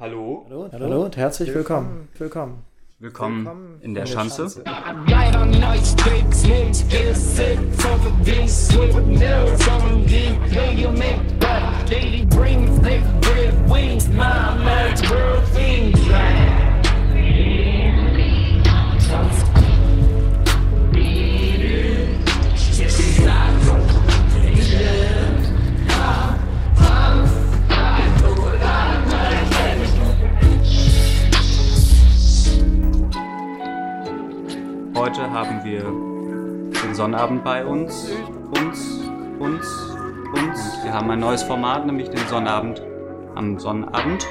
Hallo. Hallo und herzlich willkommen. Willkommen in der Schanze. Heute haben wir den Sonnabend bei uns. Wir haben ein neues Format, nämlich den Sonnabend am Sonnabend.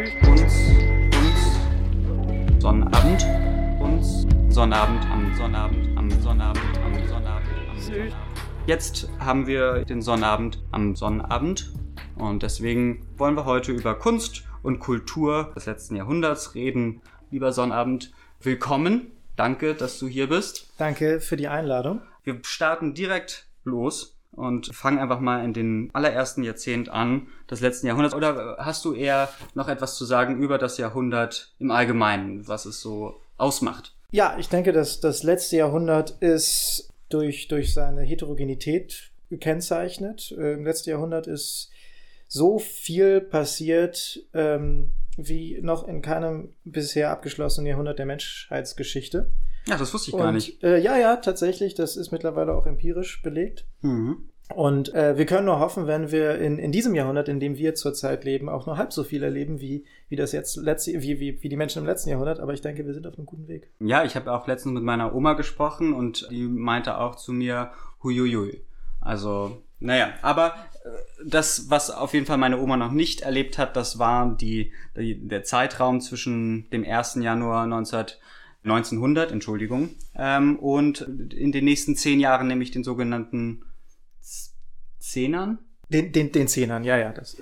Jetzt haben wir den Sonnabend am Sonnabend und deswegen wollen wir heute über Kunst und Kultur des letzten Jahrhunderts reden. Lieber Sonnabend, willkommen. Danke, dass du hier bist. Danke für die Einladung. Wir starten direkt los und fangen einfach mal in den allerersten Jahrzehnt an, des letzten Jahrhunderts. Oder hast du eher noch etwas zu sagen über das Jahrhundert im Allgemeinen, was es so ausmacht? Ja, ich denke, dass das letzte Jahrhundert ist durch seine Heterogenität gekennzeichnet. Im letzten Jahrhundert ist so viel passiert, wie noch in keinem bisher abgeschlossenen Jahrhundert der Menschheitsgeschichte. Ja, das wusste ich gar nicht. Ja, tatsächlich. Das ist mittlerweile auch empirisch belegt. Mhm. Und wir können nur hoffen, wenn wir in diesem Jahrhundert, in dem wir zurzeit leben, auch nur halb so viel erleben, wie das jetzt wie die Menschen im letzten Jahrhundert. Aber ich denke, wir sind auf einem guten Weg. Ja, ich habe auch letztens mit meiner Oma gesprochen und die meinte auch zu mir, huiuiui. Also, naja, aber das, was auf jeden Fall meine Oma noch nicht erlebt hat, das war der Zeitraum zwischen dem 1. Januar 1900, und in den nächsten 10 Jahren, nämlich den sogenannten Zehnern? Den Zehnern, ja. Das.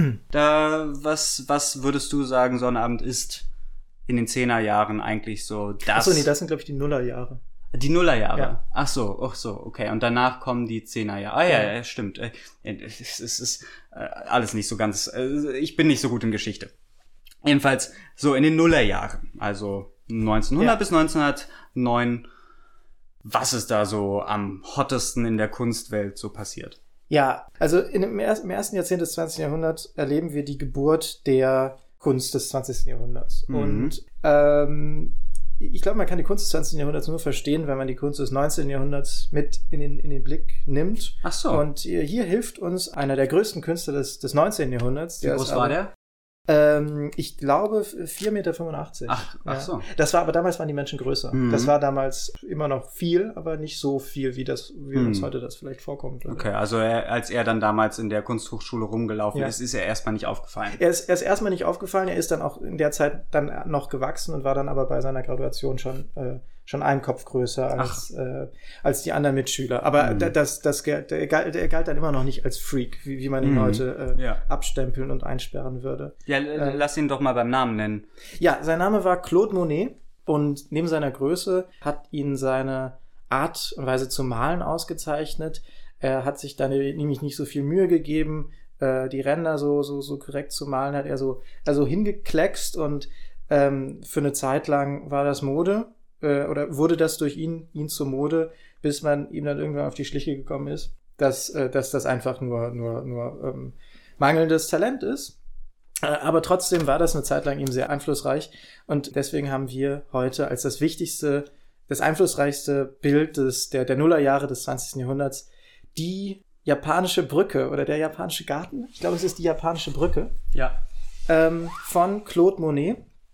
Was würdest du sagen, Sonnabend ist in den 10er-Jahren eigentlich so das? Achso, nee, das sind, glaube ich, die Nullerjahre. Die Nullerjahre? Ja. Ach so, okay. Und danach kommen die 10er-Jahre. Ah ja, stimmt. Es ist alles nicht so ganz, ich bin nicht so gut in Geschichte. Jedenfalls so in den Nullerjahren, also 1900 bis 1909, was ist da so am hottesten in der Kunstwelt so passiert? Ja, also im ersten Jahrzehnt des 20. Jahrhunderts erleben wir die Geburt der Kunst des 20. Jahrhunderts. Mhm. Und ich glaube, man kann die Kunst des 20. Jahrhunderts nur verstehen, wenn man die Kunst des 19. Jahrhunderts mit in den Blick nimmt. Ach so. Und hier hilft uns einer der größten Künstler des 19. Jahrhunderts. Wie groß war der? Ich glaube 4,85 Meter. Ach so. Aber damals waren die Menschen größer. Mhm. Das war damals immer noch viel, aber nicht so viel, wie uns heute das vielleicht vorkommt. Oder? Okay, also als er dann damals in der Kunsthochschule rumgelaufen ist er erstmal nicht aufgefallen. Er ist erstmal nicht aufgefallen, er ist dann auch in der Zeit dann noch gewachsen und war dann aber bei seiner Graduation schon einen Kopf größer als die anderen Mitschüler. Aber der galt dann immer noch nicht als Freak, wie man ihn heute abstempeln und einsperren würde. Ja, lass ihn doch mal beim Namen nennen. Ja, sein Name war Claude Monet und neben seiner Größe hat ihn seine Art und Weise zu malen ausgezeichnet. Er hat sich dann nämlich nicht so viel Mühe gegeben, die Ränder so korrekt zu malen, hat er so hingekleckst und für eine Zeit lang war das Mode. Oder wurde das durch ihn zur Mode, bis man ihm dann irgendwann auf die Schliche gekommen ist, dass das einfach nur mangelndes Talent ist. Aber trotzdem war das eine Zeit lang ihm sehr einflussreich und deswegen haben wir heute als das einflussreichste Bild der Nullerjahre des 20. Jahrhunderts die japanische Brücke oder der japanische Garten. Ich glaube, es ist die japanische Brücke. Ja. Von Claude Monet.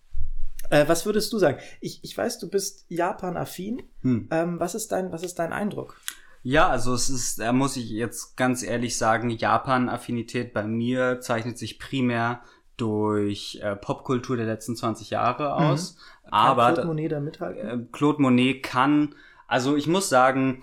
Was würdest du sagen? Ich weiß, du bist Japan-affin. Was ist dein Eindruck? Ja, also da muss ich jetzt ganz ehrlich sagen, Japan-Affinität bei mir zeichnet sich primär durch Popkultur der letzten 20 Jahre aus. Aber Claude Monet da mithalten? Claude Monet also ich muss sagen,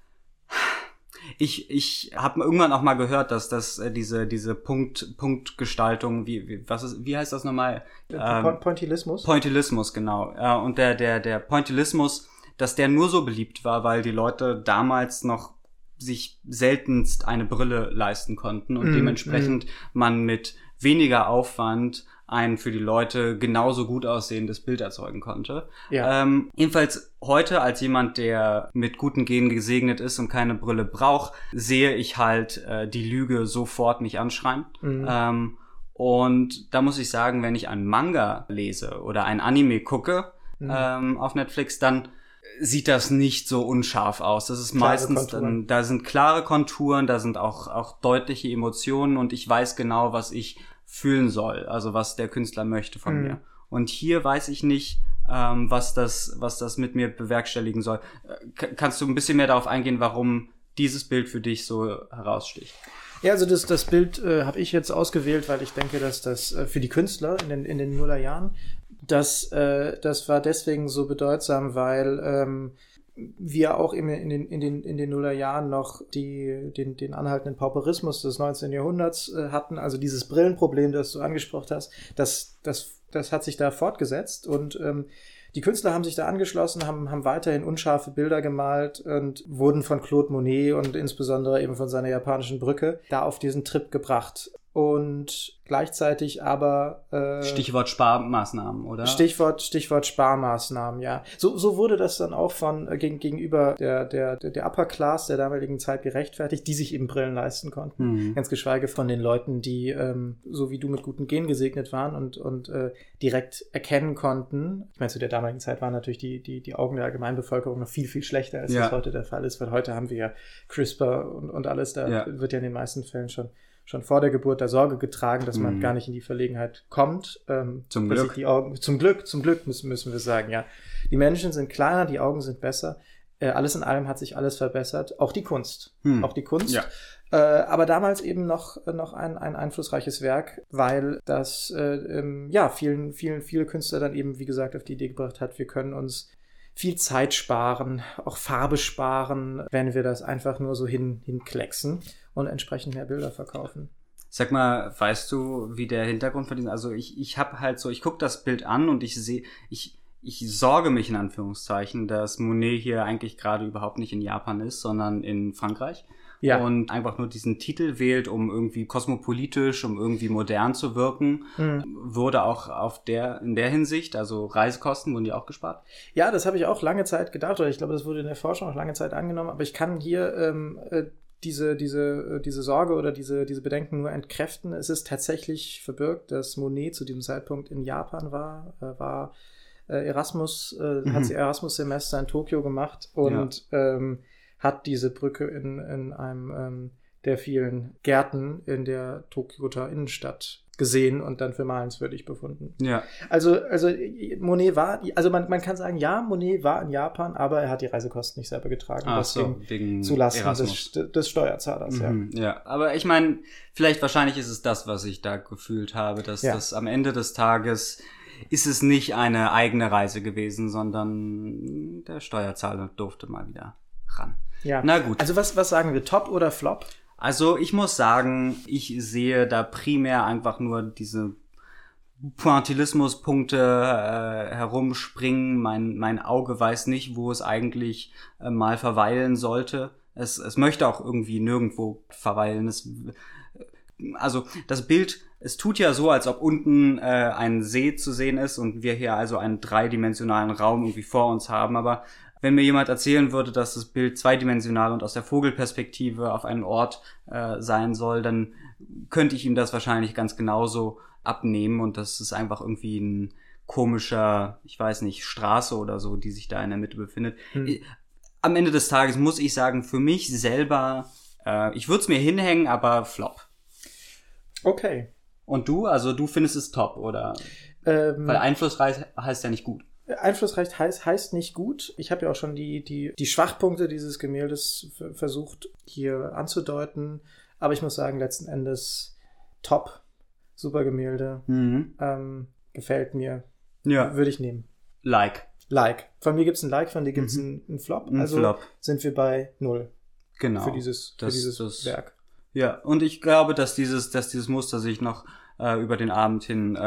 ich habe irgendwann auch mal gehört, dass diese Punktgestaltung, wie heißt das nochmal? Pointillismus. Pointillismus, genau. Und der Pointillismus, dass der nur so beliebt war, weil die Leute damals noch sich seltenst eine Brille leisten konnten und dementsprechend man mit weniger Aufwand ein für die Leute genauso gut aussehendes Bild erzeugen konnte. Ja. Jedenfalls heute als jemand, der mit guten Genen gesegnet ist und keine Brille braucht, sehe ich halt die Lüge sofort mich anschreien. Und da muss ich sagen, wenn ich einen Manga lese oder ein Anime gucke auf Netflix, dann sieht das nicht so unscharf aus. Das ist klare meistens dann, da sind klare Konturen, da sind auch deutliche Emotionen und ich weiß genau, was ich fühlen soll, also was der Künstler möchte von mir. Und hier weiß ich nicht, was das mit mir bewerkstelligen soll. Kannst du ein bisschen mehr darauf eingehen, warum dieses Bild für dich so heraussticht? Ja, also das Bild habe ich jetzt ausgewählt, weil ich denke, dass das für die Künstler in den Nullerjahren, das war deswegen so bedeutsam, weil wir auch in den Nullerjahren noch den anhaltenden Pauperismus des 19. Jahrhunderts hatten, also dieses Brillenproblem, das du angesprochen hast, das hat sich da fortgesetzt und die Künstler haben sich da angeschlossen, haben weiterhin unscharfe Bilder gemalt und wurden von Claude Monet und insbesondere eben von seiner japanischen Brücke da auf diesen Trip gebracht. Und gleichzeitig aber Stichwort Sparmaßnahmen, oder? Stichwort Sparmaßnahmen, ja. So wurde das dann auch gegenüber der Upper Class der damaligen Zeit gerechtfertigt, die sich eben Brillen leisten konnten. Ganz geschweige von den Leuten, die so wie du mit guten Genen gesegnet waren und direkt erkennen konnten. Ich meine, zu der damaligen Zeit waren natürlich die Augen der Allgemeinbevölkerung noch viel, viel schlechter, als das heute der Fall ist, weil heute haben wir ja CRISPR und alles, da wird ja in den meisten Fällen schon vor der Geburt der Sorge getragen, dass man gar nicht in die Verlegenheit kommt. Zum Glück. Zum Glück müssen wir sagen, ja. Die Menschen sind kleiner, die Augen sind besser. Alles in allem hat sich alles verbessert. Auch die Kunst. Ja. Aber damals eben noch ein einflussreiches Werk, weil das viele Künstler dann eben, wie gesagt, auf die Idee gebracht hat, wir können uns viel Zeit sparen, auch Farbe sparen, wenn wir das einfach nur so hinklecksen und entsprechend mehr Bilder verkaufen. Sag mal, weißt du, wie der Hintergrund von diesem, also ich habe halt so, ich gucke das Bild an und ich sorge mich in Anführungszeichen, dass Monet hier eigentlich gerade überhaupt nicht in Japan ist, sondern in Frankreich. Ja. Und einfach nur diesen Titel wählt, um irgendwie kosmopolitisch, um irgendwie modern zu wirken, wurde auch in der Hinsicht, also Reisekosten wurden die auch gespart? Ja, das habe ich auch lange Zeit gedacht, oder ich glaube, das wurde in der Forschung auch lange Zeit angenommen, aber ich kann hier diese Sorge oder diese Bedenken nur entkräften. Es ist tatsächlich verbirgt, dass Monet zu diesem Zeitpunkt in Japan war hat sie Erasmus-Semester in Tokio gemacht und hat diese Brücke in einem der vielen Gärten in der Tokioter Innenstadt gesehen und dann für malenswürdig befunden. Ja. Also Monet war, also man kann sagen, ja, Monet war in Japan, aber er hat die Reisekosten nicht selber getragen. Wegen zulasten des Steuerzahlers, Ja, aber ich meine, wahrscheinlich ist es das, was ich da gefühlt habe, dass das am Ende des Tages ist es nicht eine eigene Reise gewesen, sondern der Steuerzahler durfte mal wieder ran. Ja. Na gut. Also was sagen wir, Top oder Flop? Also ich muss sagen, ich sehe da primär einfach nur diese Pointillismus-Punkte herumspringen. Mein Auge weiß nicht, wo es eigentlich mal verweilen sollte. Es möchte auch irgendwie nirgendwo verweilen. Also das Bild, es tut ja so, als ob unten ein See zu sehen ist und wir hier also einen dreidimensionalen Raum irgendwie vor uns haben, aber wenn mir jemand erzählen würde, dass das Bild zweidimensional und aus der Vogelperspektive auf einen Ort sein soll, dann könnte ich ihm das wahrscheinlich ganz genauso abnehmen und das ist einfach irgendwie ein komischer, ich weiß nicht, Straße oder so, die sich da in der Mitte befindet. Am Ende des Tages muss ich sagen, für mich selber, ich würde es mir hinhängen, aber Flop. Okay. Und du? Also du findest es top, oder? Weil einflussreich heißt ja nicht gut. Einflussreich heißt nicht gut. Ich habe ja auch schon die Schwachpunkte dieses Gemäldes versucht hier anzudeuten. Aber ich muss sagen, letzten Endes top. Super Gemälde. Gefällt mir. Ja. Würde ich nehmen. Like. Von mir gibt's ein Like, von dir gibt's ein Flop. Also sind wir bei 0. Genau. Für dieses Werk. Ja, und ich glaube, dass dieses Muster sich noch über den Abend hin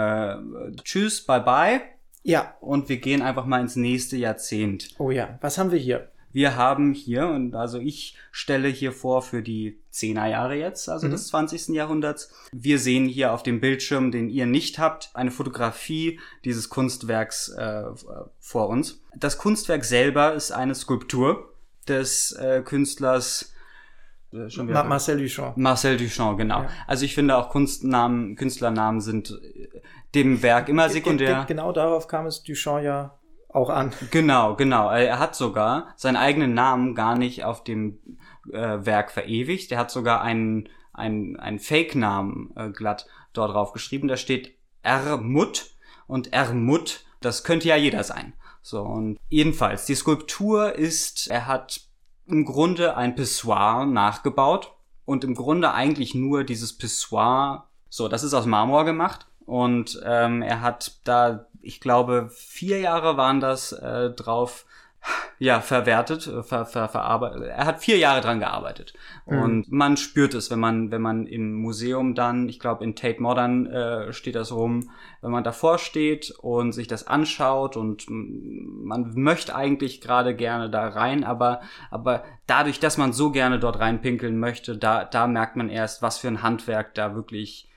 tschüss, bye bye. Ja. Und wir gehen einfach mal ins nächste Jahrzehnt. Oh ja, was haben wir hier? wir haben hier, und also ich stelle hier vor für die 10er Jahre jetzt, also des 20. Jahrhunderts. Wir sehen hier auf dem Bildschirm, den ihr nicht habt, eine Fotografie dieses Kunstwerks vor uns. Das Kunstwerk selber ist eine Skulptur des Künstlers Marcel Duchamp. Marcel Duchamp, genau. Ja. Also ich finde auch Künstlernamen sind dem Werk immer sekundär. Genau darauf kam es Duchamp ja auch an. Genau. Er hat sogar seinen eigenen Namen gar nicht auf dem Werk verewigt. Er hat sogar einen Fake-Namen glatt dort drauf geschrieben. Da steht R-Mut. Und R-Mut, das könnte ja jeder sein. So, und jedenfalls, die Skulptur er hat im Grunde ein Pissoir nachgebaut. Und im Grunde eigentlich nur dieses Pissoir, so, das ist aus Marmor gemacht. Und er hat da, ich glaube, 4 Jahre waren das drauf, ja, verwertet, verarbeitet. Er hat 4 Jahre dran gearbeitet. Und man spürt es, wenn man im Museum dann, ich glaube in Tate Modern steht das rum, wenn man davor steht und sich das anschaut und man möchte eigentlich gerade gerne da rein, aber dadurch, dass man so gerne dort reinpinkeln möchte, da merkt man erst, was für ein Handwerk da wirklich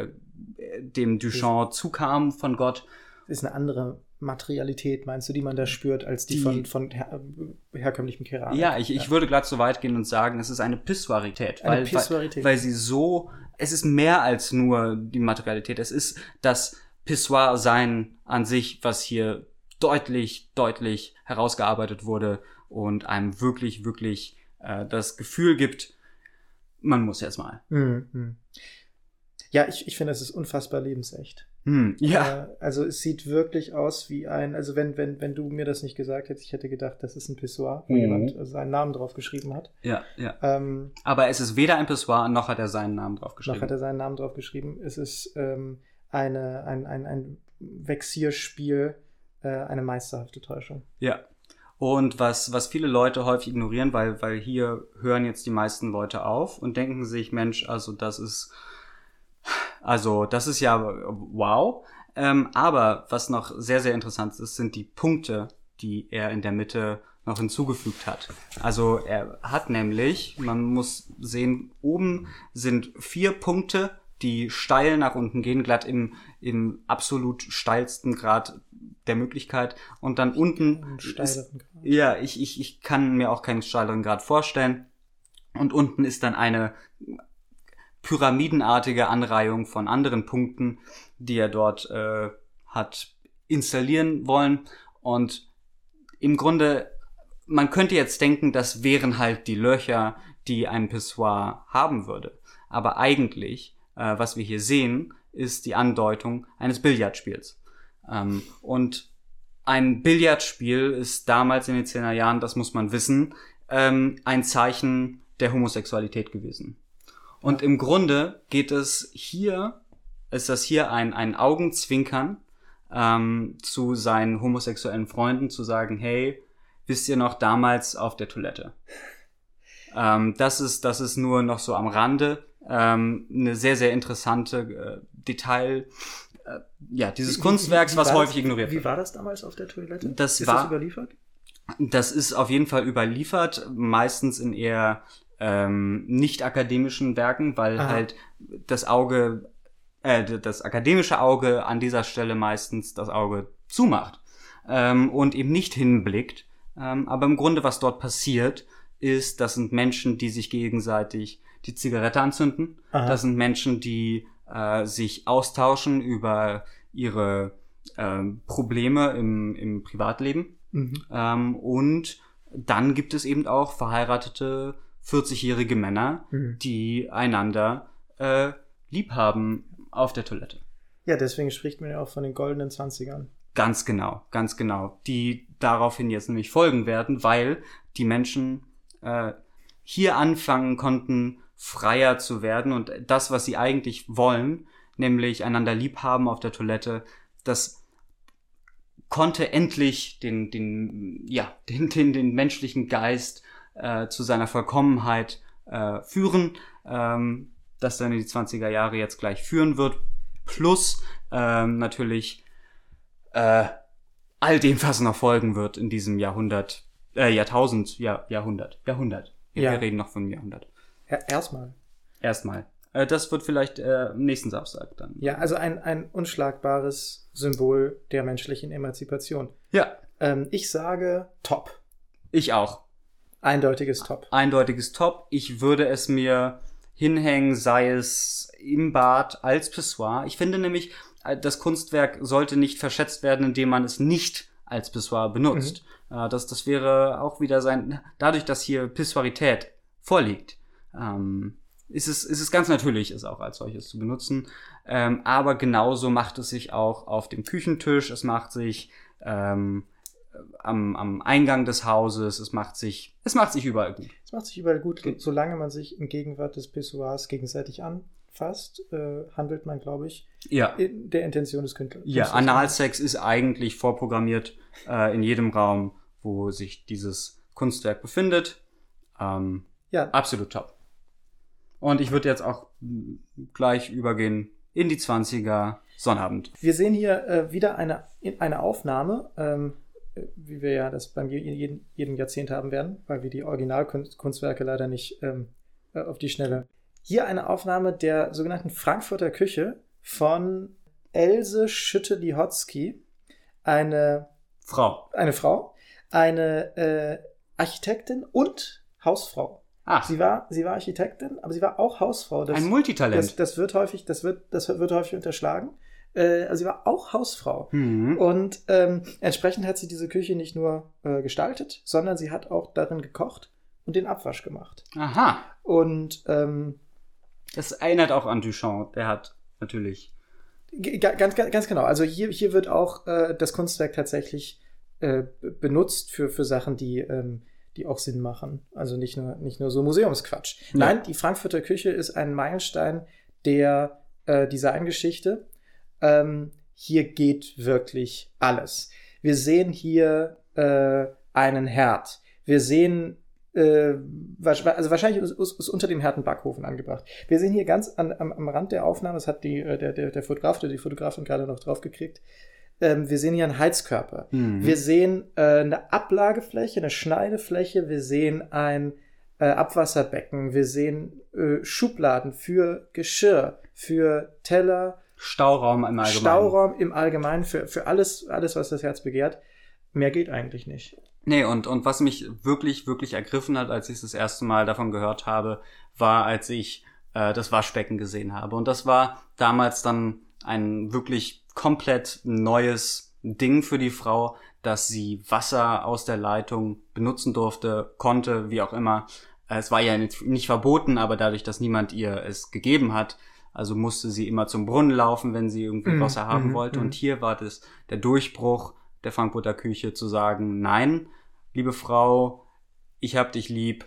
dem Duchamp zukam von Gott. Das ist eine andere Materialität, meinst du, die man da spürt, als die von herkömmlichem Keramik? Ja, ich würde glatt so weit gehen und sagen, es ist eine Pissoirität. Weil sie so, es ist mehr als nur die Materialität, es ist das Pissoir-Sein an sich, was hier deutlich herausgearbeitet wurde und einem wirklich das Gefühl gibt, man muss jetzt mal. Ja, ich finde, es ist unfassbar lebensecht. Ja. Also es sieht wirklich aus wie also wenn du mir das nicht gesagt hättest, ich hätte gedacht, das ist ein Pissoir, wo jemand seinen Namen drauf geschrieben hat. Ja. Aber es ist weder ein Pissoir, noch hat er seinen Namen drauf geschrieben. Es ist ein Vexierspiel, eine meisterhafte Täuschung. Ja. Und was viele Leute häufig ignorieren, weil hier hören jetzt die meisten Leute auf und denken sich, Mensch, also das ist ja wow. Aber was noch sehr, sehr interessant ist, sind die Punkte, die er in der Mitte noch hinzugefügt hat. Also er hat nämlich, man muss sehen, oben sind 4 Punkte, die steil nach unten gehen, glatt im absolut steilsten Grad der Möglichkeit. Und dann unten ja, ich kann mir auch keinen steileren Grad vorstellen. Und unten ist dann eine pyramidenartige Anreihung von anderen Punkten, die er dort hat installieren wollen. Und im Grunde, man könnte jetzt denken, das wären halt die Löcher, die ein Pissoir haben würde. Aber eigentlich, was wir hier sehen, ist die Andeutung eines Billardspiels. Und ein Billardspiel ist damals in den 10er Jahren, das muss man wissen, ein Zeichen der Homosexualität gewesen. Und im Grunde ist das hier ein Augenzwinkern zu seinen homosexuellen Freunden, zu sagen, hey, wisst ihr noch damals auf der Toilette? Das ist nur noch so am Rande eine sehr, sehr interessante Detail dieses Kunstwerks, was häufig ignoriert wird. Wie war das damals auf der Toilette? Ist das überliefert? Das ist auf jeden Fall überliefert, meistens in eher nicht akademischen Werken, weil halt das akademische Auge an dieser Stelle meistens das Auge zumacht und eben nicht hinblickt. Aber im Grunde, was dort passiert, ist, das sind Menschen, die sich gegenseitig die Zigarette anzünden. Das sind Menschen, die sich austauschen über ihre Probleme im Privatleben. Und dann gibt es eben auch verheiratete 40-jährige Männer, die einander lieb haben auf der Toilette. Ja, deswegen spricht man ja auch von den goldenen 20ern. Ganz genau. Die daraufhin jetzt nämlich folgen werden, weil die Menschen hier anfangen konnten, freier zu werden und das, was sie eigentlich wollen, nämlich einander lieb haben auf der Toilette, das konnte endlich den menschlichen Geist zu seiner Vollkommenheit führen, das dann in die 20er Jahre jetzt gleich führen wird, plus natürlich all dem, was noch folgen wird in diesem Jahrhundert Jahrtausend, Jahrhundert. Wir reden noch von Jahrhundert. Erstmal. Das wird vielleicht nächsten Samstag dann. Ja, also ein unschlagbares Symbol der menschlichen Emanzipation. Ja. Ich sage Top. Ich auch. Eindeutiges Top. Eindeutiges Top. Ich würde es mir hinhängen, sei es im Bad als Pissoir. Ich finde nämlich, das Kunstwerk sollte nicht verschätzt werden, indem man es nicht als Pissoir benutzt. Das wäre auch wieder dadurch, dass hier Pissoirität vorliegt, ist es ganz natürlich, es auch als solches zu benutzen. Aber genauso macht es sich auch auf dem Küchentisch, es macht sich am Eingang des Hauses, es macht sich überall gut. Es macht sich überall gut, solange man sich in Gegenwart des Pissoirs gegenseitig anfasst, handelt man, glaube ich, in der Intention des Künstlers. Ja, Analsex ist eigentlich vorprogrammiert in jedem Raum, wo sich dieses Kunstwerk befindet. Absolut top. Und ich würde jetzt auch gleich übergehen in die 20er Sonnabend. Wir sehen hier wieder eine Aufnahme, wie wir ja das beim jedem Jahrzehnt haben werden, weil wir die Originalkunstwerke leider nicht auf die Schnelle. Hier eine Aufnahme der sogenannten Frankfurter Küche von Else Schütte-Lihotzky, eine Frau, eine Architektin und Hausfrau. Ach. Sie war Architektin, aber sie war auch Hausfrau. Ein Multitalent. Das wird häufig unterschlagen. Also sie war auch Hausfrau. Mhm. Und entsprechend hat sie diese Küche nicht nur gestaltet, sondern sie hat auch darin gekocht und den Abwasch gemacht. Aha. Und das erinnert auch an Duchamp. Der hat natürlich... Ganz genau. Also hier wird auch das Kunstwerk tatsächlich benutzt für Sachen, die auch Sinn machen. Also nicht nur so Museumsquatsch. Ja. Nein, die Frankfurter Küche ist ein Meilenstein der Designgeschichte. Hier geht wirklich alles. Wir sehen hier einen Herd. Wir sehen, wahrscheinlich ist unter dem Herd ein Backofen angebracht. Wir sehen hier ganz am Rand der Aufnahme, das hat der Fotograf oder die Fotografin gerade noch drauf gekriegt, wir sehen hier einen Heizkörper. Mhm. Wir sehen eine Ablagefläche, eine Schneidefläche. Wir sehen ein Abwasserbecken. Wir sehen Schubladen für Geschirr, für Teller. Stauraum im Allgemeinen. Für alles, was das Herz begehrt. Mehr geht eigentlich nicht. Nee, und was mich wirklich, wirklich ergriffen hat, als ich das erste Mal davon gehört habe, war, als ich das Waschbecken gesehen habe. Und das war damals dann ein wirklich komplett neues Ding für die Frau, dass sie Wasser aus der Leitung benutzen konnte, wie auch immer. Es war ja nicht verboten, aber dadurch, dass niemand ihr es gegeben hat, also musste sie immer zum Brunnen laufen, wenn sie irgendwie Wasser haben wollte. Und hier war das der Durchbruch der Frankfurter Küche zu sagen, nein, liebe Frau, ich hab dich lieb,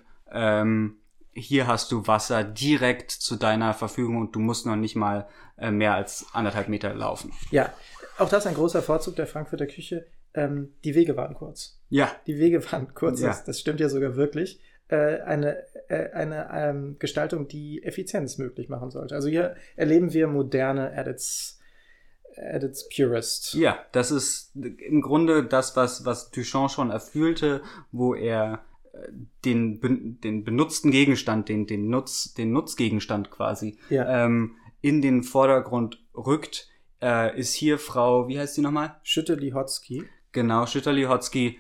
hier hast du Wasser direkt zu deiner Verfügung und du musst noch nicht mal mehr als 1,5 Meter laufen. Ja, auch das ein großer Vorzug der Frankfurter Küche. Die Wege waren kurz. Ja. Die Wege waren kurz, ja. Das stimmt ja sogar wirklich. Eine Gestaltung, die Effizienz möglich machen sollte. Also hier erleben wir Moderne at its purest. Ja, das ist im Grunde das, was Duchamp schon erfüllte, wo er den benutzten Gegenstand, den Nutzgegenstand quasi, in den Vordergrund rückt, ist hier Frau, wie heißt sie nochmal? Schütte-Lihotzky. Genau, Schütte-Lihotzky.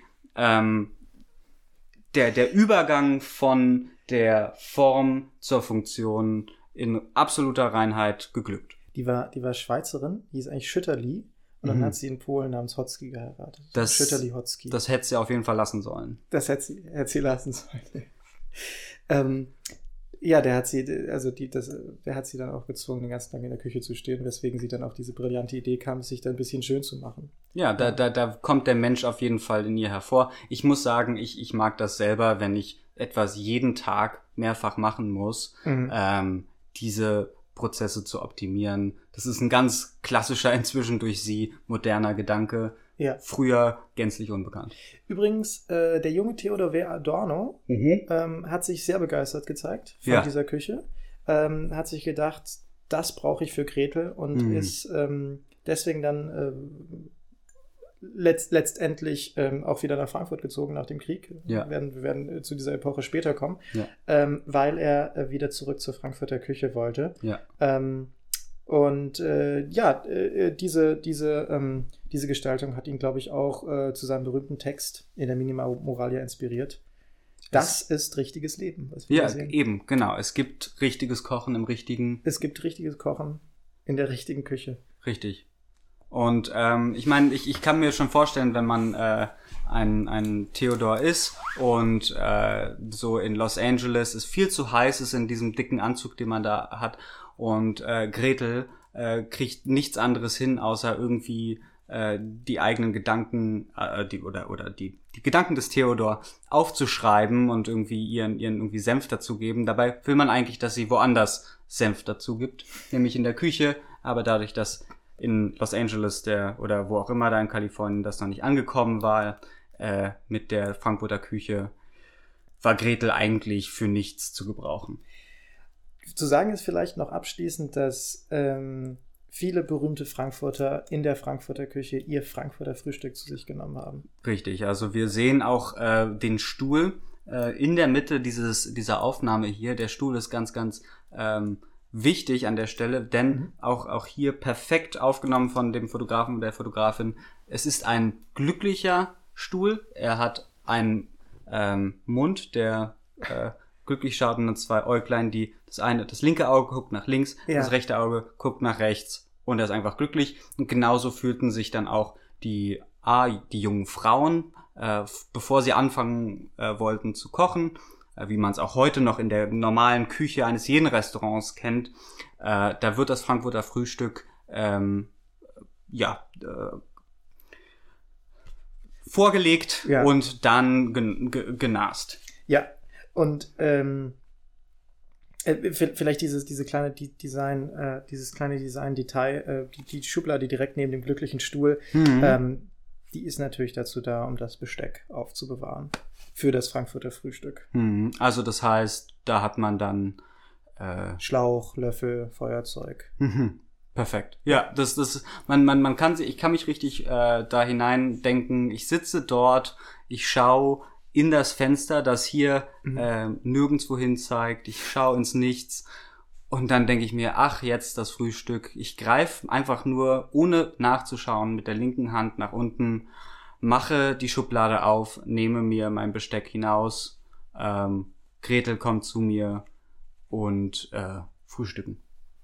Der Übergang von der Form zur Funktion in absoluter Reinheit geglückt. Die war Schweizerin, die ist eigentlich Schütterli. Und dann hat sie einen Polen namens Hotzky geheiratet. Schütterli-Hotzky. Das hätte sie auf jeden Fall lassen sollen. Das hätte sie lassen sollen. Ja, der hat sie dann auch gezwungen, den ganzen Tag in der Küche zu stehen, weswegen sie dann auf diese brillante Idee kam, sich da ein bisschen schön zu machen. Ja, da kommt der Mensch auf jeden Fall in ihr hervor. Ich muss sagen, ich mag das selber, wenn ich etwas jeden Tag mehrfach machen muss, diese Prozesse zu optimieren. Das ist ein ganz klassischer, inzwischen durch sie moderner Gedanke. Ja. Früher gänzlich unbekannt. Übrigens, der junge Theodor W. Adorno hat sich sehr begeistert gezeigt von dieser Küche. Hat sich gedacht, das brauche ich für Gretel und ist deswegen dann letztendlich auch wieder nach Frankfurt gezogen nach dem Krieg. Ja. Wir werden zu dieser Epoche später kommen, Ja. Weil er wieder zurück zur Frankfurter Küche wollte. Ja. Diese Gestaltung hat ihn, glaube ich, auch zu seinem berühmten Text in der Minima Moralia inspiriert. Das ist richtiges Leben, was wir sehen. Eben, genau. Es gibt richtiges Kochen im richtigen... Es gibt richtiges Kochen in der richtigen Küche. Richtig. Und ich meine, ich kann mir schon vorstellen, wenn man ein Theodor ist und so in Los Angeles es viel zu heiß ist in diesem dicken Anzug, den man da hat, und Gretel kriegt nichts anderes hin, außer irgendwie die eigenen Gedanken die Gedanken des Theodor aufzuschreiben und irgendwie ihren irgendwie Senf dazugeben. Dabei will man eigentlich, dass sie woanders Senf dazu gibt, nämlich in der Küche, aber dadurch, dass in Los Angeles oder wo auch immer da in Kalifornien das noch nicht angekommen war, mit der Frankfurter Küche, war Gretel eigentlich für nichts zu gebrauchen. Zu sagen ist vielleicht noch abschließend, dass viele berühmte Frankfurter in der Frankfurter Küche ihr Frankfurter Frühstück zu sich genommen haben. Richtig, also wir sehen auch den Stuhl in der Mitte dieser Aufnahme hier. Der Stuhl ist ganz, ganz wichtig an der Stelle, denn auch hier perfekt aufgenommen von dem Fotografen und der Fotografin. Es ist ein glücklicher Stuhl. Er hat einen Mund, der glücklich schaut, und 2 Äuglein, das linke Auge guckt nach links, das rechte Auge guckt nach rechts, und er ist einfach glücklich. Und genauso fühlten sich dann auch die jungen Frauen, bevor sie anfangen wollten zu kochen, wie man es auch heute noch in der normalen Küche eines jeden Restaurants kennt. Da wird das Frankfurter Frühstück vorgelegt und dann genast. Ja, und vielleicht dieses kleine Design-Detail, die Schublade direkt neben dem glücklichen Stuhl, die ist natürlich dazu da, um das Besteck aufzubewahren für das Frankfurter Frühstück. Also das heißt, da hat man dann Schlauch, Löffel, Feuerzeug. Perfekt. Ja, ich kann mich richtig da hinein denken. Ich sitze dort, ich schaue in das Fenster, das hier nirgendwo hin zeigt. Ich schaue ins Nichts und dann denke ich mir, ach, jetzt das Frühstück. Ich greife einfach nur, ohne nachzuschauen, mit der linken Hand nach unten, mache die Schublade auf, nehme mir mein Besteck hinaus, Gretel kommt zu mir und frühstücken.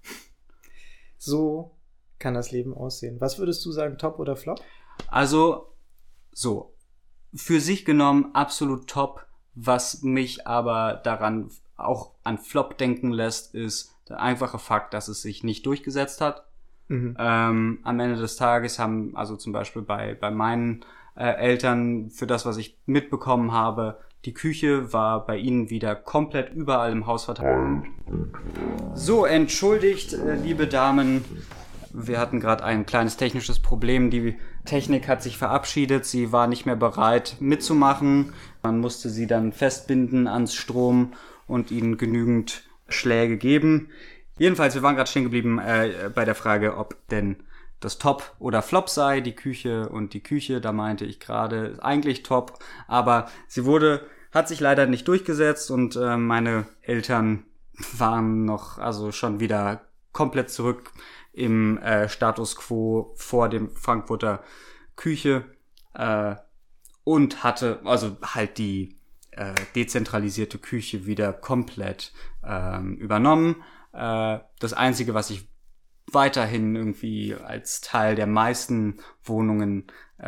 So kann das Leben aussehen. Was würdest du sagen, top oder flop? Also, so. Für sich genommen absolut top. Was mich aber daran auch an Flop denken lässt, ist der einfache Fakt, dass es sich nicht durchgesetzt hat. Am Ende des Tages haben, also zum Beispiel bei meinen Eltern, für das, was ich mitbekommen habe, die Küche war bei ihnen wieder komplett überall im Haus verteilt. So, entschuldigt, liebe Damen. Wir hatten gerade ein kleines technisches Problem. Die Technik hat sich verabschiedet. Sie war nicht mehr bereit mitzumachen. Man musste sie dann festbinden ans Strom und ihnen genügend Schläge geben. Jedenfalls, wir waren gerade stehen geblieben bei der Frage, ob denn das Top oder Flop sei, die Küche. Und die Küche, da meinte ich gerade, ist eigentlich top. Aber hat sich leider nicht durchgesetzt und meine Eltern waren noch, also schon wieder komplett zurück im Status quo vor dem Frankfurter Küche und hatte also halt die dezentralisierte Küche wieder komplett übernommen. Das Einzige, was ich weiterhin irgendwie als Teil der meisten Wohnungen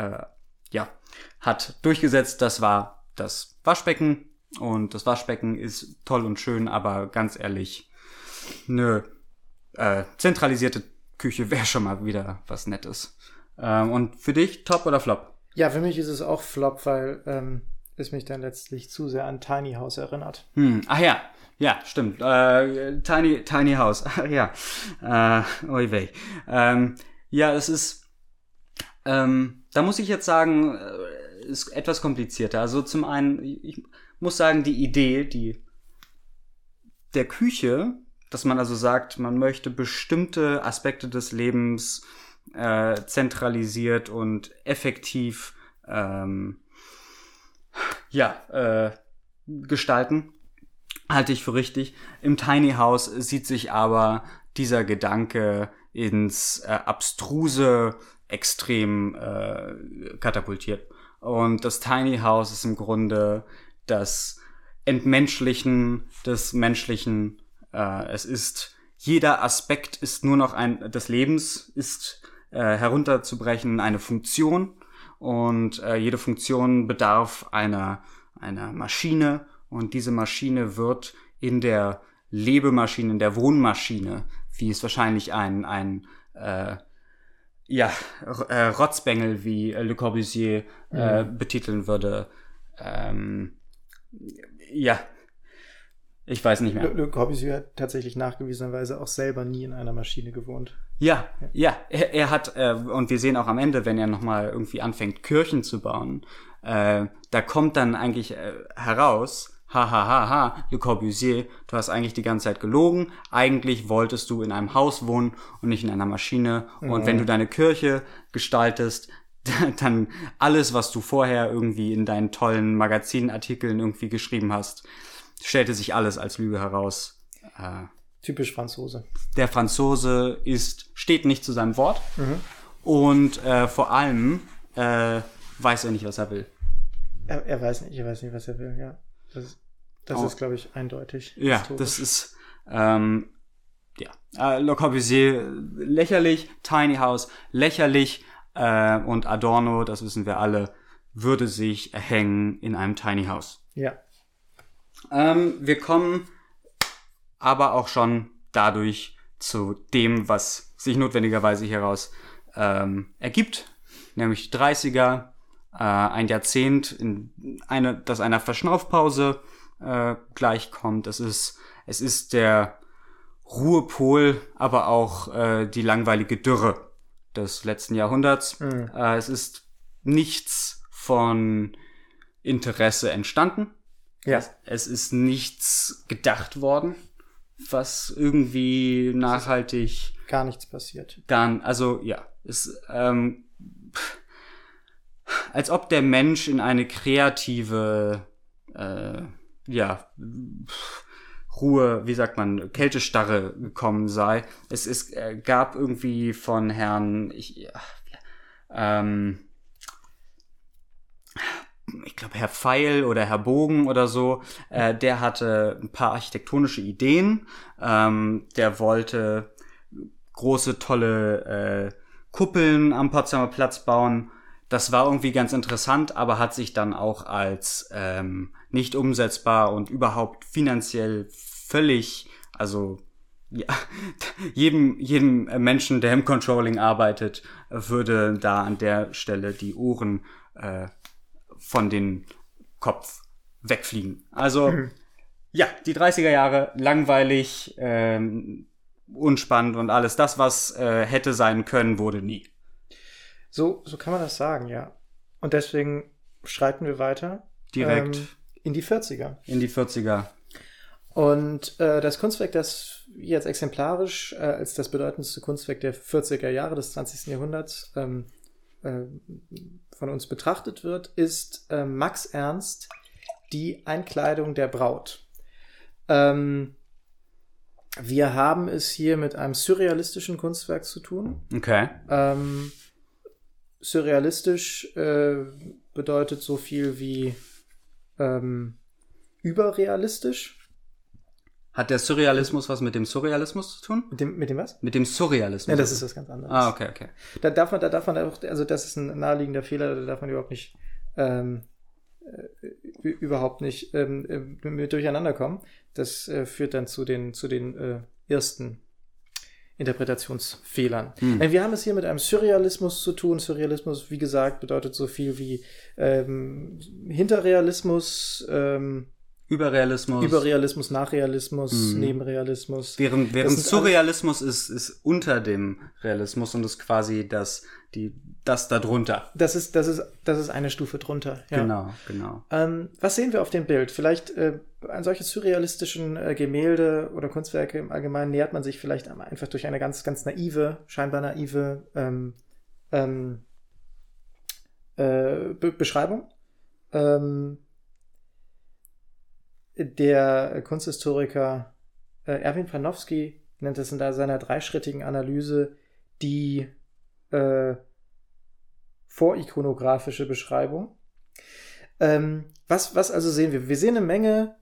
hat durchgesetzt, das war das Waschbecken. Und das Waschbecken ist toll und schön, aber ganz ehrlich, eine zentralisierte Küche wäre schon mal wieder was Nettes. Und für dich, Top oder Flop? Ja, für mich ist es auch Flop, weil es mich dann letztlich zu sehr an Tiny House erinnert. Ach ja, ja, stimmt. Tiny House, ja. Oi wei. Ja, es ist, da muss ich jetzt sagen, ist etwas komplizierter. Also zum einen, ich muss sagen, die Idee, der Küche, dass man also sagt, man möchte bestimmte Aspekte des Lebens zentralisiert und effektiv gestalten. Halte ich für richtig. Im Tiny House sieht sich aber dieser Gedanke ins abstruse Extrem katapultiert. Und das Tiny House ist im Grunde das Entmenschlichen des Menschlichen. Es ist, jeder Aspekt ist nur noch des Lebens ist herunterzubrechen eine Funktion. Und jede Funktion bedarf einer Maschine. Und diese Maschine wird in der Lebemaschine, in der Wohnmaschine, wie es wahrscheinlich ein Rotzbengel wie Le Corbusier betiteln würde. Ich weiß nicht mehr. Le Corbusier hat tatsächlich nachgewiesenerweise auch selber nie in einer Maschine gewohnt. Ja, er hat, und wir sehen auch am Ende, wenn er nochmal irgendwie anfängt, Kirchen zu bauen, da kommt dann eigentlich heraus, Le Corbusier, du hast eigentlich die ganze Zeit gelogen. Eigentlich wolltest du in einem Haus wohnen und nicht in einer Maschine. Und wenn du deine Kirche gestaltest, dann alles, was du vorher irgendwie in deinen tollen Magazinartikeln irgendwie geschrieben hast, stellte sich alles als Lüge heraus. Typisch Franzose. Der Franzose steht nicht zu seinem Wort. Und vor allem weiß er nicht, was er will. Er weiß nicht, was er will, ja. Das ist, glaube ich, eindeutig. Ja, historisch. Das ist, Le Corbusier lächerlich, Tiny House lächerlich, und Adorno, das wissen wir alle, würde sich erhängen in einem Tiny House. Ja. Wir kommen aber auch schon dadurch zu dem, was sich notwendigerweise hieraus ergibt, nämlich die 30er, ein Jahrzehnt, das einer Verschnaufpause gleichkommt. Es ist der Ruhepol, aber auch die langweilige Dürre des letzten Jahrhunderts. Es ist nichts von Interesse entstanden. Ja. Es ist nichts gedacht worden, was irgendwie nachhaltig... Gar nichts passiert. Als ob der Mensch in eine kreative Ruhe, wie sagt man, Kältestarre gekommen sei. Es gab irgendwie von Herrn, ich glaube Herr Pfeil oder Herr Bogen oder so, der hatte ein paar architektonische Ideen. Der wollte große, tolle Kuppeln am Potsdamer Platz bauen. Das war irgendwie ganz interessant, aber hat sich dann auch als nicht umsetzbar und überhaupt finanziell völlig, also ja, jedem Menschen, der im Controlling arbeitet, würde da an der Stelle die Ohren von den Kopf wegfliegen. Also ja, die 30er Jahre, langweilig, unspannend und alles. Das, was hätte sein können, wurde nie. So kann man das sagen, ja. Und deswegen schreiten wir weiter. Direkt. In die 40er. In die 40er. Und das Kunstwerk, das jetzt exemplarisch als das bedeutendste Kunstwerk der 40er Jahre des 20. Jahrhunderts von uns betrachtet wird, ist Max Ernst, Die Einkleidung der Braut. Wir haben es hier mit einem surrealistischen Kunstwerk zu tun. Okay. Surrealistisch bedeutet so viel wie überrealistisch. Hat der Surrealismus was mit dem Surrealismus zu tun? Mit dem was? Mit dem Surrealismus. Ja, das ist was ganz anderes. Ah, okay. Da darf man auch, also das ist ein naheliegender Fehler, da darf man überhaupt nicht mit durcheinander kommen. Das führt dann zu den ersten Interpretationsfehlern. Wir haben es hier mit einem Surrealismus zu tun. Surrealismus, wie gesagt, bedeutet so viel wie Hinterrealismus, Überrealismus, Nachrealismus, Nebenrealismus. Während Surrealismus ist unter dem Realismus und ist quasi das da drunter. Das ist eine Stufe drunter. Ja. Genau. Was sehen wir auf dem Bild? Vielleicht an solche surrealistischen Gemälde oder Kunstwerke im Allgemeinen nähert man sich vielleicht einfach durch eine ganz, ganz scheinbar naive Beschreibung. Der Kunsthistoriker Erwin Panofsky nennt es in seiner 3-schrittigen Analyse die vorikonographische Beschreibung. Was also sehen wir? Wir sehen eine Menge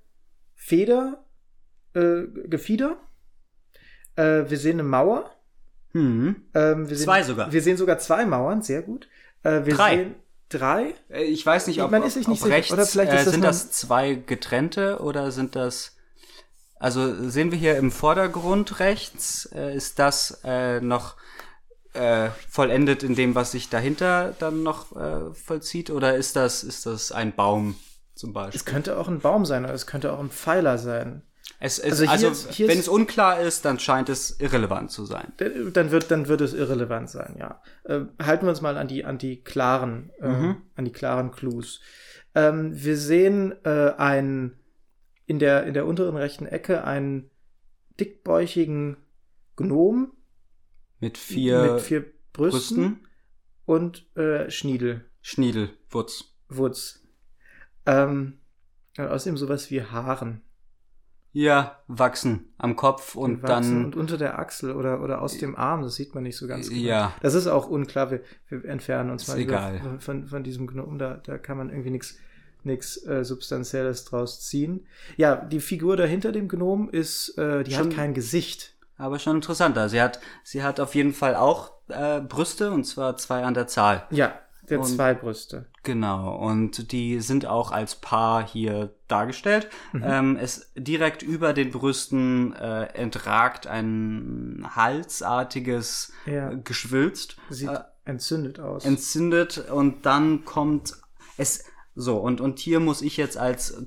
Gefieder. Wir sehen eine Mauer. Zwei sogar. Wir sehen sogar 2 Mauern, sehr gut. Wir 3. sehen 3. Ich weiß nicht, ob, man ist sich nicht ob sicher. rechts, Oder vielleicht ist sind das 2 getrennte oder sind das, also sehen wir hier im Vordergrund rechts, ist das noch vollendet in dem, was sich dahinter dann noch vollzieht, oder ist das ein Baum zum Beispiel? Es könnte auch ein Baum sein oder es könnte auch ein Pfeiler sein. Hier wenn es unklar ist, dann scheint es irrelevant zu sein. Dann wird es irrelevant sein, ja. Halten wir uns mal an die klaren Clues. Wir sehen in der unteren rechten Ecke einen dickbäuchigen Gnom mit 4 Brüsten und Schniedel. Wutz. Und außerdem sowas wie Haaren. Ja, wachsen am Kopf und dann... Und unter der Achsel oder aus dem Arm, das sieht man nicht so ganz genau. Ja. Das ist auch unklar, wir entfernen uns mal von diesem Gnom, da kann man irgendwie nichts Substanzielles draus ziehen. Ja, die Figur dahinter dem Gnom ist, die hat kein Gesicht. Aber schon interessanter. Sie hat auf jeden Fall auch Brüste, und zwar 2 an der Zahl. Ja, 2 Brüste. Genau, und die sind auch als Paar hier dargestellt. Es direkt über den Brüsten entragt ein halsartiges Geschwülst. Sieht entzündet aus. Und dann kommt es so, und hier muss ich jetzt als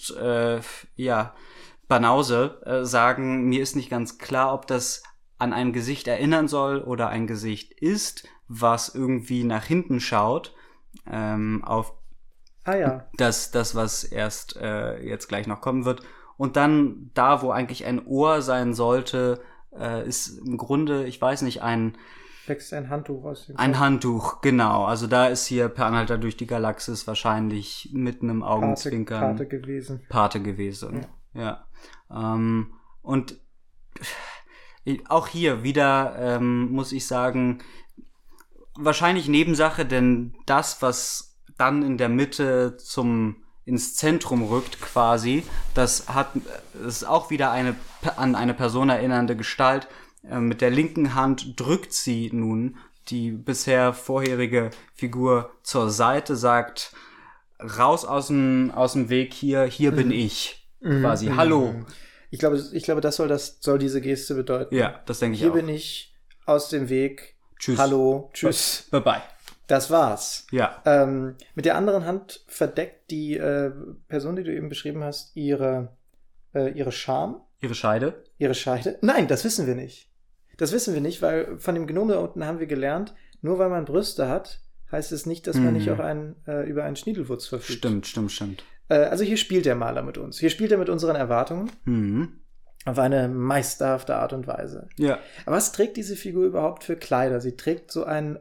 Banause sagen, mir ist nicht ganz klar, ob das an ein Gesicht erinnern soll oder ein Gesicht ist, was irgendwie nach hinten schaut, auf das, was erst jetzt gleich noch kommen wird. Und dann da, wo eigentlich ein Ohr sein sollte, ist im Grunde, ich weiß nicht, wächst ein Handtuch aus dem Kopf. Ein Handtuch, genau. Also da ist hier Per Anhalter durch die Galaxis wahrscheinlich mit einem Augenzwinkern Pate gewesen. Ja. Und auch hier wieder muss ich sagen, wahrscheinlich Nebensache, denn das, was dann in der Mitte ins Zentrum rückt quasi, das ist auch wieder an eine Person erinnernde Gestalt. Mit der linken Hand drückt sie nun die bisher vorherige Figur zur Seite, sagt, raus aus dem Weg hier bin ich. Quasi, hallo. Ich glaube, das soll diese Geste bedeuten. Ja, das denke ich auch. Hier bin ich, aus dem Weg. Tschüss. Hallo, tschüss. Bye. Das war's. Ja. Mit der anderen Hand verdeckt die Person, die du eben beschrieben hast, ihre Scham. Ihre Scheide? Nein, das wissen wir nicht. Weil von dem Gnom da unten haben wir gelernt, nur weil man Brüste hat, heißt es nicht, dass man nicht auch über einen Schniedelwurz verfügt. Stimmt. Also hier spielt der Maler mit uns. Hier spielt er mit unseren Erwartungen. Auf eine meisterhafte Art und Weise. Ja. Aber was trägt diese Figur überhaupt für Kleider? Sie trägt so ein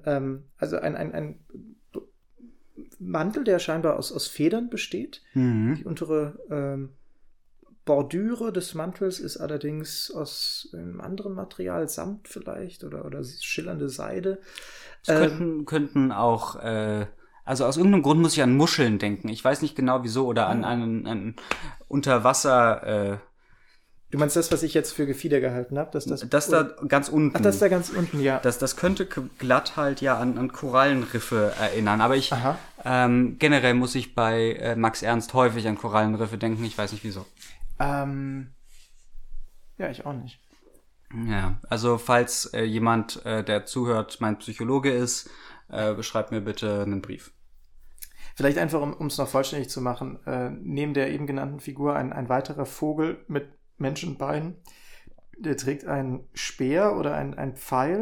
Mantel, der scheinbar aus Federn besteht. Die untere Bordüre des Mantels ist allerdings aus einem anderen Material, Samt vielleicht oder schillernde Seide. Es könnten auch also aus irgendeinem Grund muss ich an Muscheln denken. Ich weiß nicht genau wieso, oder an Unterwasser. Du meinst das, was ich jetzt für Gefieder gehalten habe? Das da ganz unten. Ach, das da ganz unten, ja. Das könnte glatt halt an Korallenriffe erinnern. Aber generell muss ich bei Max Ernst häufig an Korallenriffe denken. Ich weiß nicht wieso. Ja, ich auch nicht. Ja, also falls jemand, der zuhört, mein Psychologe ist, beschreibt mir bitte einen Brief. Vielleicht einfach, um es noch vollständig zu machen, neben der eben genannten Figur ein weiterer Vogel mit Menschenbeinen. Der trägt einen Speer oder ein Pfeil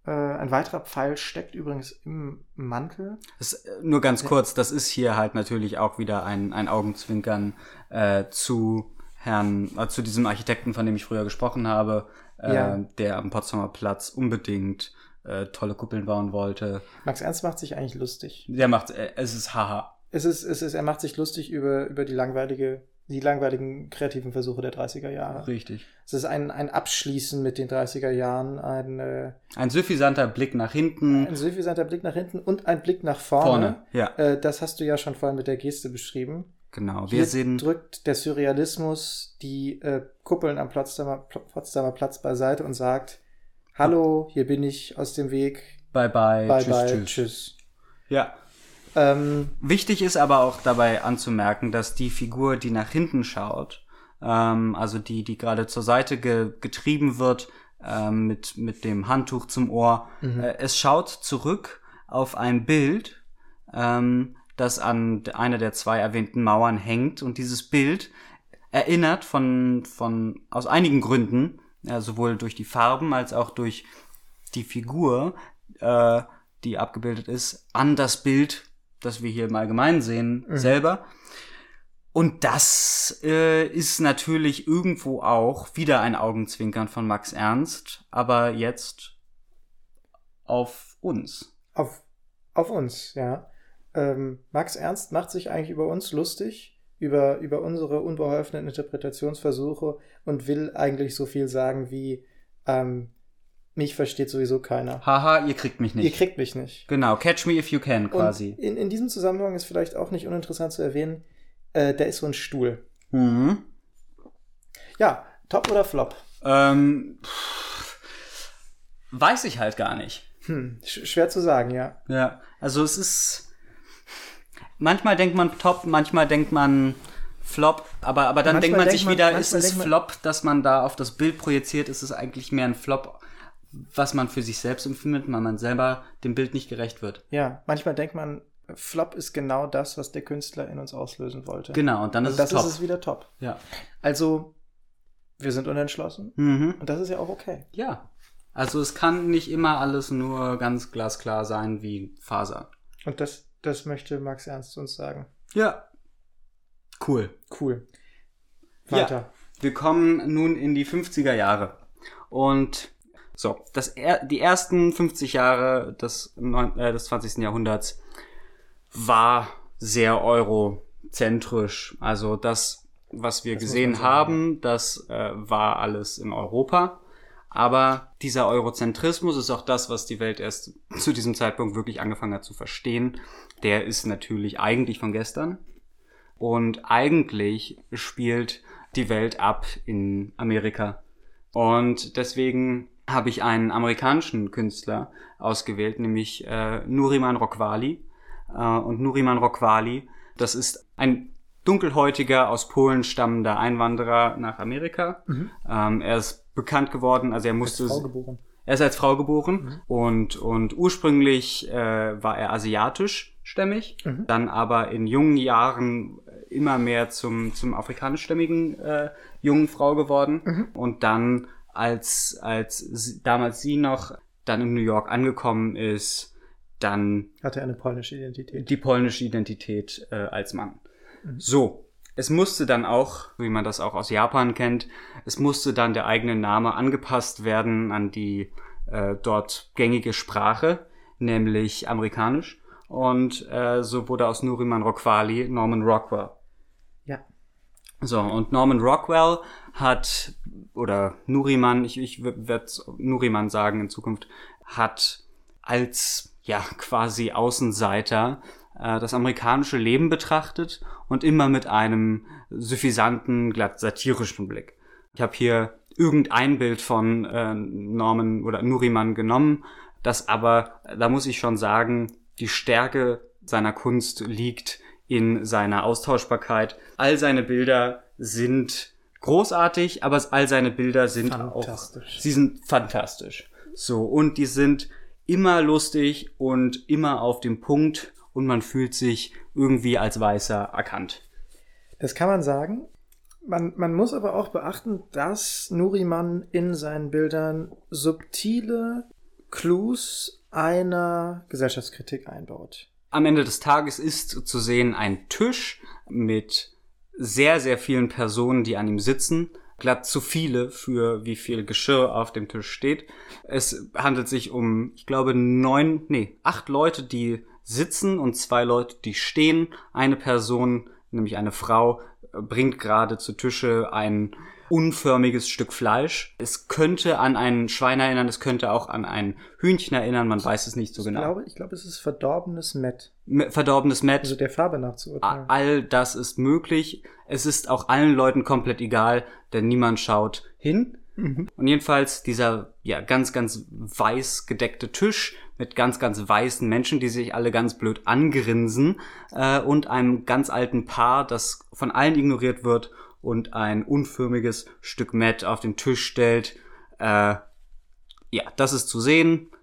Ein weiterer Pfeil steckt übrigens im Mantel. Nur ganz kurz, das ist hier halt natürlich auch wieder ein Augenzwinkern zu diesem Architekten, von dem ich früher gesprochen habe, der am Potsdamer Platz unbedingt tolle Kuppeln bauen wollte. Max Ernst macht sich eigentlich lustig. Es ist haha. Er macht sich lustig über die langweiligen kreativen Versuche der 30er Jahre. Richtig. Es ist ein Abschließen mit den 30er Jahren, ein suffisanter Blick nach hinten. Ein suffisanter Blick nach hinten und ein Blick nach vorne. Ja. Das hast du ja schon vorhin mit der Geste beschrieben. Genau. Hier drückt der Surrealismus die Kuppeln am Potsdamer Platz beiseite und sagt, hallo, hier bin ich aus dem Weg. Bye, bye, tschüss. Ja. Wichtig ist aber auch dabei anzumerken, dass die Figur, die nach hinten schaut, also die gerade zur Seite getrieben wird, mit dem Handtuch zum Ohr, es schaut zurück auf ein Bild, das an einer der 2 erwähnten Mauern hängt, und dieses Bild erinnert aus einigen Gründen, sowohl durch die Farben als auch durch die Figur, die abgebildet ist, an das Bild, das wir hier im Allgemeinen sehen, selber. Und das ist natürlich irgendwo auch wieder ein Augenzwinkern von Max Ernst, aber jetzt auf uns. Auf uns, ja. Max Ernst macht sich eigentlich über uns lustig, über unsere unbeholfenen Interpretationsversuche, und will eigentlich so viel sagen wie, mich versteht sowieso keiner. Haha, ihr kriegt mich nicht. Ihr kriegt mich nicht. Genau, catch me if you can quasi. Und in diesem Zusammenhang ist vielleicht auch nicht uninteressant zu erwähnen, da ist so ein Stuhl. Ja, Top oder Flop? Weiß ich halt gar nicht. Schwer zu sagen, ja. Ja, also es ist, manchmal denkt man Top, manchmal denkt man Flop, aber dann denkt man sich wieder, ist es Flop, dass man da auf das Bild projiziert, ist es eigentlich mehr ein Flop, was man für sich selbst empfindet, weil man selber dem Bild nicht gerecht wird. Ja, manchmal denkt man, Flop ist genau das, was der Künstler in uns auslösen wollte. Genau, und dann ist es top. Das ist es wieder top. Ja. Also, wir sind unentschlossen, und das ist ja auch okay. Ja, also es kann nicht immer alles nur ganz glasklar sein wie Faser. Und das möchte Max Ernst uns sagen. Ja. Cool. Weiter. Ja, wir kommen nun in die 50er Jahre. Und so, die ersten 50 Jahre des 20. Jahrhunderts war sehr eurozentrisch. Also das, was wir gesehen haben, das war alles in Europa. Aber dieser Eurozentrismus ist auch das, was die Welt erst zu diesem Zeitpunkt wirklich angefangen hat zu verstehen. Der ist natürlich eigentlich von gestern. Und eigentlich spielt die Welt ab in Amerika. Und deswegen habe ich einen amerikanischen Künstler ausgewählt, nämlich Nuriman Rokvali. Und Nuriman Rokvali, das ist ein dunkelhäutiger, aus Polen stammender Einwanderer nach Amerika. Er ist bekannt geworden, also er ist als Frau geboren und ursprünglich war er asiatischstämmig, dann aber in jungen Jahren immer mehr zum afrikanischstämmigen jungen Frau geworden und dann als damals sie noch dann in New York angekommen ist, dann hatte er eine polnische Identität. Die polnische Identität als Mann. So, es musste dann auch, wie man das auch aus Japan kennt, es musste dann der eigene Name angepasst werden an die dort gängige Sprache, nämlich Amerikanisch. Und so wurde aus Nuriman Rokvali Norman Rockwell. Ja. So, und Norman Rockwell hat, oder Nuriman, ich werde Nuriman sagen in Zukunft, hat als quasi Außenseiter das amerikanische Leben betrachtet und immer mit einem suffisanten, glatt satirischen Blick. Ich habe hier irgendein Bild von Norman oder Nuriman genommen, das aber, da muss ich schon sagen, die Stärke seiner Kunst liegt in seiner Austauschbarkeit. All seine Bilder sind großartig, aber all seine Bilder sind sie sind fantastisch. So, und die sind immer lustig und immer auf dem Punkt und man fühlt sich irgendwie als Weißer erkannt. Das kann man sagen. Man muss aber auch beachten, dass Nuriman in seinen Bildern subtile Clues einer Gesellschaftskritik einbaut. Am Ende des Tages ist zu sehen ein Tisch mit sehr, sehr vielen Personen, die an ihm sitzen. Glatt zu viele für wie viel Geschirr auf dem Tisch steht. Es handelt sich um, ich glaube, 8 Leute, die sitzen und 2 Leute, die stehen. Eine Person, nämlich eine Frau, bringt gerade zu Tische ein unförmiges Stück Fleisch. Es könnte an ein Schwein erinnern, es könnte auch an ein Hühnchen erinnern, man weiß es nicht so genau. Ich glaube, es ist verdorbenes Mett. Verdorbenes Mett. Also der Farbe nach zu urteilen. All das ist möglich. Es ist auch allen Leuten komplett egal, denn niemand schaut hin. Mhm. Und jedenfalls dieser ganz, ganz weiß gedeckte Tisch mit ganz, ganz weißen Menschen, die sich alle ganz blöd angrinsen und einem ganz alten Paar, das von allen ignoriert wird und ein unförmiges Stück Mett auf den Tisch stellt. Das ist zu sehen.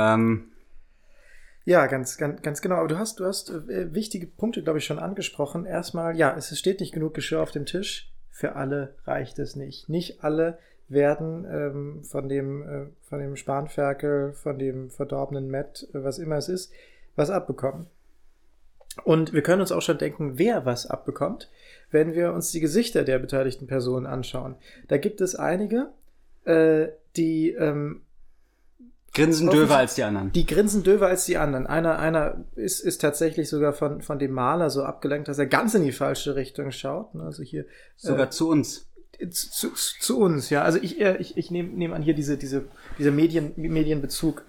Ja, ganz genau. Aber du hast wichtige Punkte, glaube ich, schon angesprochen. Erstmal, es steht nicht genug Geschirr auf dem Tisch. Für alle reicht es nicht. Nicht alle werden von dem Spanferkel, von dem verdorbenen Mett, was immer es ist, was abbekommen. Und wir können uns auch schon denken, wer was abbekommt, wenn wir uns die Gesichter der beteiligten Personen anschauen. Da gibt es einige, die grinsen döver als die anderen. Die grinsen döver als die anderen. Einer ist tatsächlich sogar von dem Maler so abgelenkt, dass er ganz in die falsche Richtung schaut. Also hier sogar zu uns. Zu uns, ja. Also ich nehme an, hier dieser Medienbezug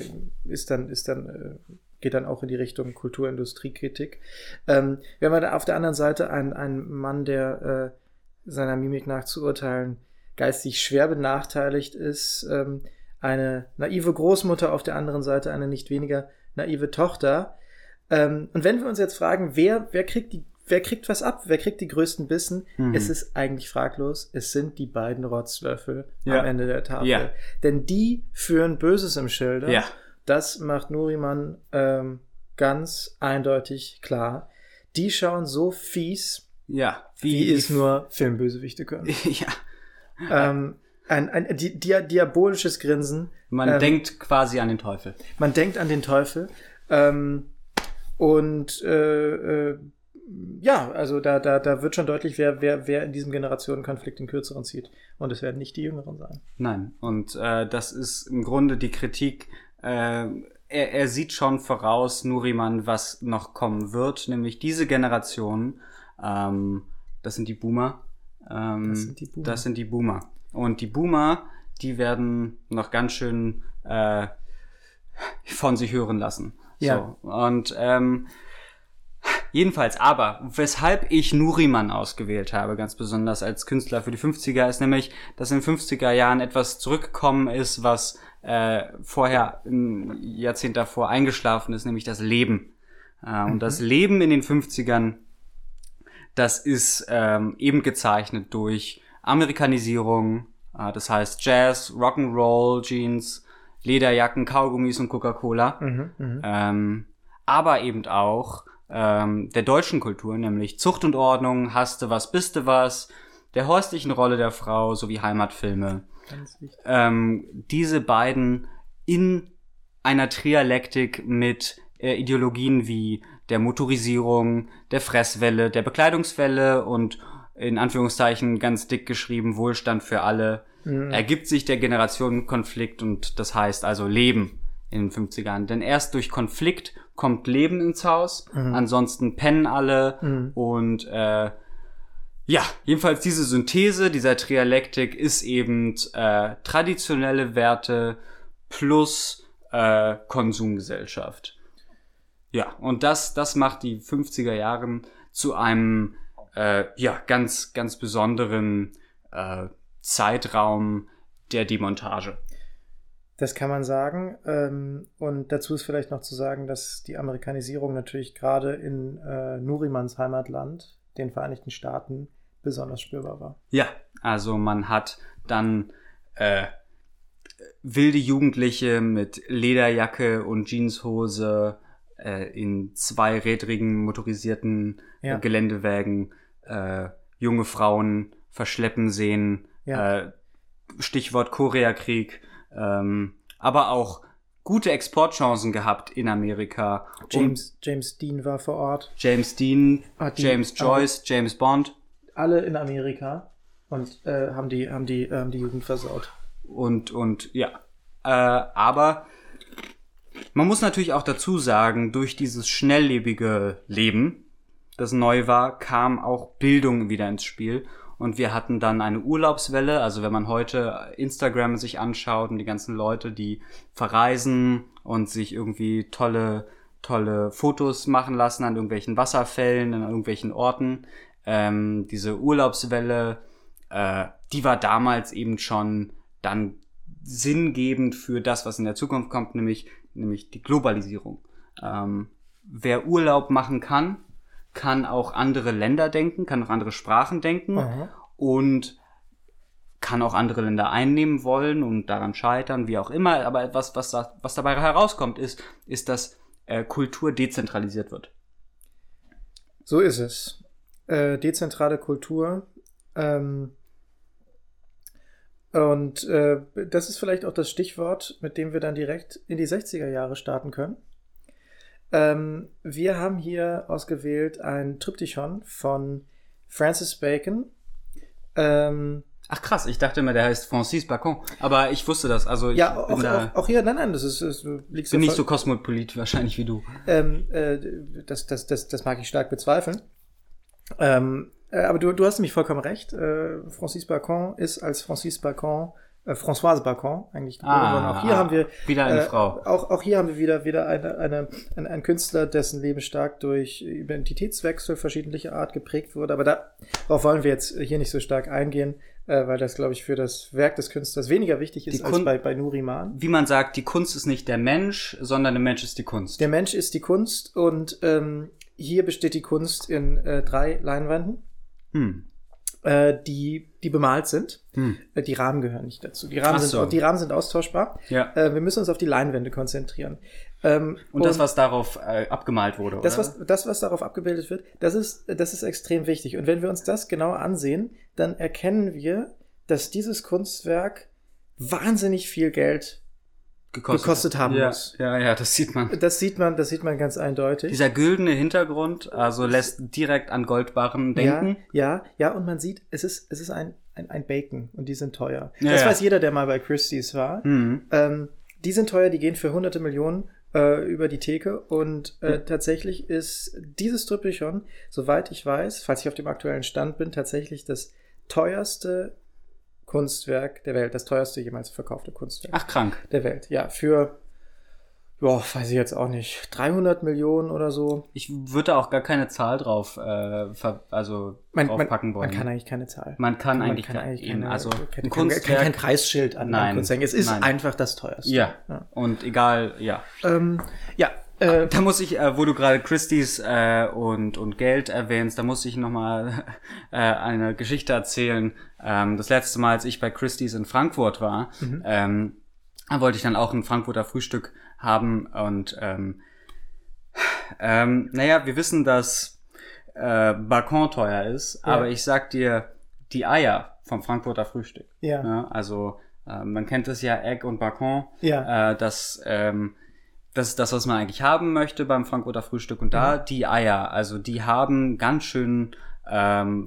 geht dann auch in die Richtung Kulturindustriekritik. Wir haben da auf der anderen Seite einen Mann, der seiner Mimik nach zu urteilen geistig schwer benachteiligt ist, eine naive Großmutter, auf der anderen Seite eine nicht weniger naive Tochter. Und wenn wir uns jetzt fragen, wer kriegt was ab, wer kriegt die größten Bissen, es ist eigentlich fraglos, es sind die beiden Rotzlöffel am Ende der Tafel. Ja. Denn die führen Böses im Schilde. Ja. Das macht Nuriman ganz eindeutig klar. Die schauen so fies, wie es nur Filmbösewichte können. Ja. Ein diabolisches Grinsen. Man denkt quasi an den Teufel. Man denkt an den Teufel. Also da wird schon deutlich, wer in diesem Generationenkonflikt den Kürzeren zieht. Und es werden nicht die Jüngeren sein. Nein, und das ist im Grunde die Kritik. Er sieht schon voraus, Nuriman, was noch kommen wird, nämlich diese Generation, das sind die Boomer. Das sind die Boomer. Und die Boomer, die werden noch ganz schön von sich hören lassen. Ja. So. Und jedenfalls, aber weshalb ich Nuriman ausgewählt habe, ganz besonders als Künstler für die 50er, ist nämlich, dass in den 50er Jahren etwas zurückgekommen ist, was vorher im Jahrzehnt davor eingeschlafen ist, nämlich das Leben. Und das Leben in den 50ern, das ist eben gezeichnet durch Amerikanisierung, das heißt Jazz, Rock'n'Roll, Jeans, Lederjacken, Kaugummis und Coca-Cola. Aber eben auch der deutschen Kultur, nämlich Zucht und Ordnung, Hasste was, biste was, der häuslichen Rolle der Frau sowie Heimatfilme. Ganz wichtig. Diese beiden in einer Trialektik mit Ideologien wie der Motorisierung, der Fresswelle, der Bekleidungswelle und in Anführungszeichen ganz dick geschrieben Wohlstand für alle, ergibt sich der Generationenkonflikt und das heißt also Leben in den 50ern. Denn erst durch Konflikt kommt Leben ins Haus, ansonsten pennen alle und jedenfalls diese Synthese dieser Trialektik ist eben traditionelle Werte plus Konsumgesellschaft. Ja, und das macht die 50er Jahre zu einem ganz, ganz besonderen Zeitraum der Demontage. Das kann man sagen. Und dazu ist vielleicht noch zu sagen, dass die Amerikanisierung natürlich gerade in Nurimans Heimatland, den Vereinigten Staaten, besonders spürbar war. Ja, also man hat dann wilde Jugendliche mit Lederjacke und Jeanshose in zweirädrigen motorisierten Geländewägen junge Frauen verschleppen sehen. Ja. Stichwort Koreakrieg. Aber auch gute Exportchancen gehabt in Amerika. James Dean war vor Ort. James Dean, James Joyce, James Bond. Alle in Amerika und haben die Jugend versaut. Und ja. Aber man muss natürlich auch dazu sagen, durch dieses schnelllebige Leben, das neu war, kam auch Bildung wieder ins Spiel. Und wir hatten dann eine Urlaubswelle. Also wenn man heute Instagram sich anschaut und die ganzen Leute, die verreisen und sich irgendwie tolle Fotos machen lassen an irgendwelchen Wasserfällen, an irgendwelchen Orten. Diese Urlaubswelle, die war damals eben schon dann sinngebend für das, was in der Zukunft kommt, nämlich die Globalisierung. Wer Urlaub machen kann auch andere Länder denken, kann auch andere Sprachen denken und kann auch andere Länder einnehmen wollen und daran scheitern, wie auch immer. Aber etwas, was dabei herauskommt, ist, dass Kultur dezentralisiert wird. So ist es. Dezentrale Kultur. Und das ist vielleicht auch das Stichwort, mit dem wir dann direkt in die 60er Jahre starten können. Wir haben hier ausgewählt ein Triptychon von Francis Bacon. Ach krass, ich dachte immer, der heißt Francis Bacon, aber ich wusste das. Also ich auch hier, nein, das ist bin nicht so kosmopolit wahrscheinlich wie du. Das mag ich stark bezweifeln. Aber du hast nämlich vollkommen recht. Francis Bacon ist als Francis Bacon, Françoise Bacon eigentlich geboren worden. Auch hier haben wir wieder eine Frau. Auch hier haben wir wieder einen Künstler, dessen Leben stark durch Identitätswechsel verschiedentlicher Art geprägt wurde. Aber darauf wollen wir jetzt hier nicht so stark eingehen, weil das, glaube ich, für das Werk des Künstlers weniger wichtig ist als bei Nuriman. Wie man sagt, die Kunst ist nicht der Mensch, sondern der Mensch ist die Kunst. Der Mensch ist die Kunst und hier besteht die Kunst in 3 Leinwänden. Die bemalt sind. Die Rahmen gehören nicht dazu. Die Rahmen sind austauschbar. Ja. Wir müssen uns auf die Leinwände konzentrieren. Und das, was darauf abgemalt wurde, oder? Was darauf abgebildet wird, das ist extrem wichtig. Und wenn wir uns das genau ansehen, dann erkennen wir, dass dieses Kunstwerk wahnsinnig viel Geld gekostet haben muss. Ja, das sieht man. Das sieht man ganz eindeutig. Dieser güldene Hintergrund, also lässt direkt an Goldbarren denken. Ja, und man sieht, es ist ein Bacon und die sind teuer. Das weiß jeder, der mal bei Christie's war. Die sind teuer, die gehen für hunderte Millionen über die Theke und tatsächlich ist dieses Triptychon, soweit ich weiß, falls ich auf dem aktuellen Stand bin, tatsächlich das teuerste Kunstwerk der Welt, das teuerste jemals verkaufte Kunstwerk. Ach, krank. Der Welt, ja, für, weiß ich jetzt auch nicht, 300 Millionen oder so. Ich würde auch gar keine Zahl drauf draufpacken wollen. Man kann eigentlich keine Zahl. Man kann eigentlich kein Preisschild an Kunstwerken. Es ist einfach das teuerste. Ja. Und egal, da muss ich, wo du gerade Christie's und Geld erwähnst, da muss ich nochmal eine Geschichte erzählen. Das letzte Mal, als ich bei Christie's in Frankfurt war, da wollte ich dann auch ein Frankfurter Frühstück haben und wir wissen, dass Bacon teuer ist, aber ich sag dir, die Eier vom Frankfurter Frühstück. Ja. Ne? Also man kennt das ja, Egg und Bacon. Ja. Das ist das, was man eigentlich haben möchte beim Frankfurter Frühstück. Und da die Eier, also die haben ganz schön die haben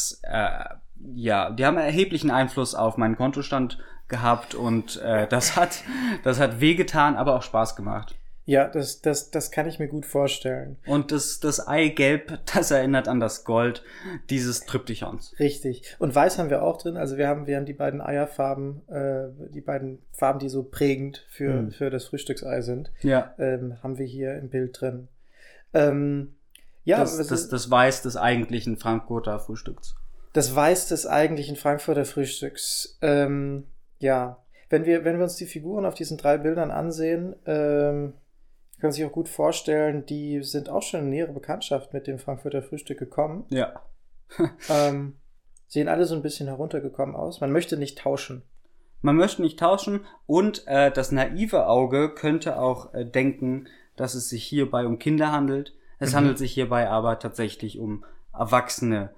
erheblichen Einfluss auf meinen Kontostand gehabt und das hat wehgetan, aber auch Spaß gemacht. Ja, das kann ich mir gut vorstellen. Und das Eigelb, das erinnert an das Gold dieses Triptychons. Richtig. Und Weiß haben wir auch drin. Also wir haben die beiden Eierfarben, die beiden Farben, die so prägend für das Frühstücksei sind, haben wir hier im Bild drin. Das Weiß des eigentlichen Frankfurter Frühstücks. Das Weiß des eigentlichen Frankfurter Frühstücks. Wenn wir uns die Figuren auf diesen 3 Bildern ansehen, kann man sich auch gut vorstellen, die sind auch schon in nähere Bekanntschaft mit dem Frankfurter Frühstück gekommen. Ja. Sehen alle so ein bisschen heruntergekommen aus. Man möchte nicht tauschen. Und das naive Auge könnte auch denken, dass es sich hierbei um Kinder handelt. Es handelt sich hierbei aber tatsächlich um erwachsene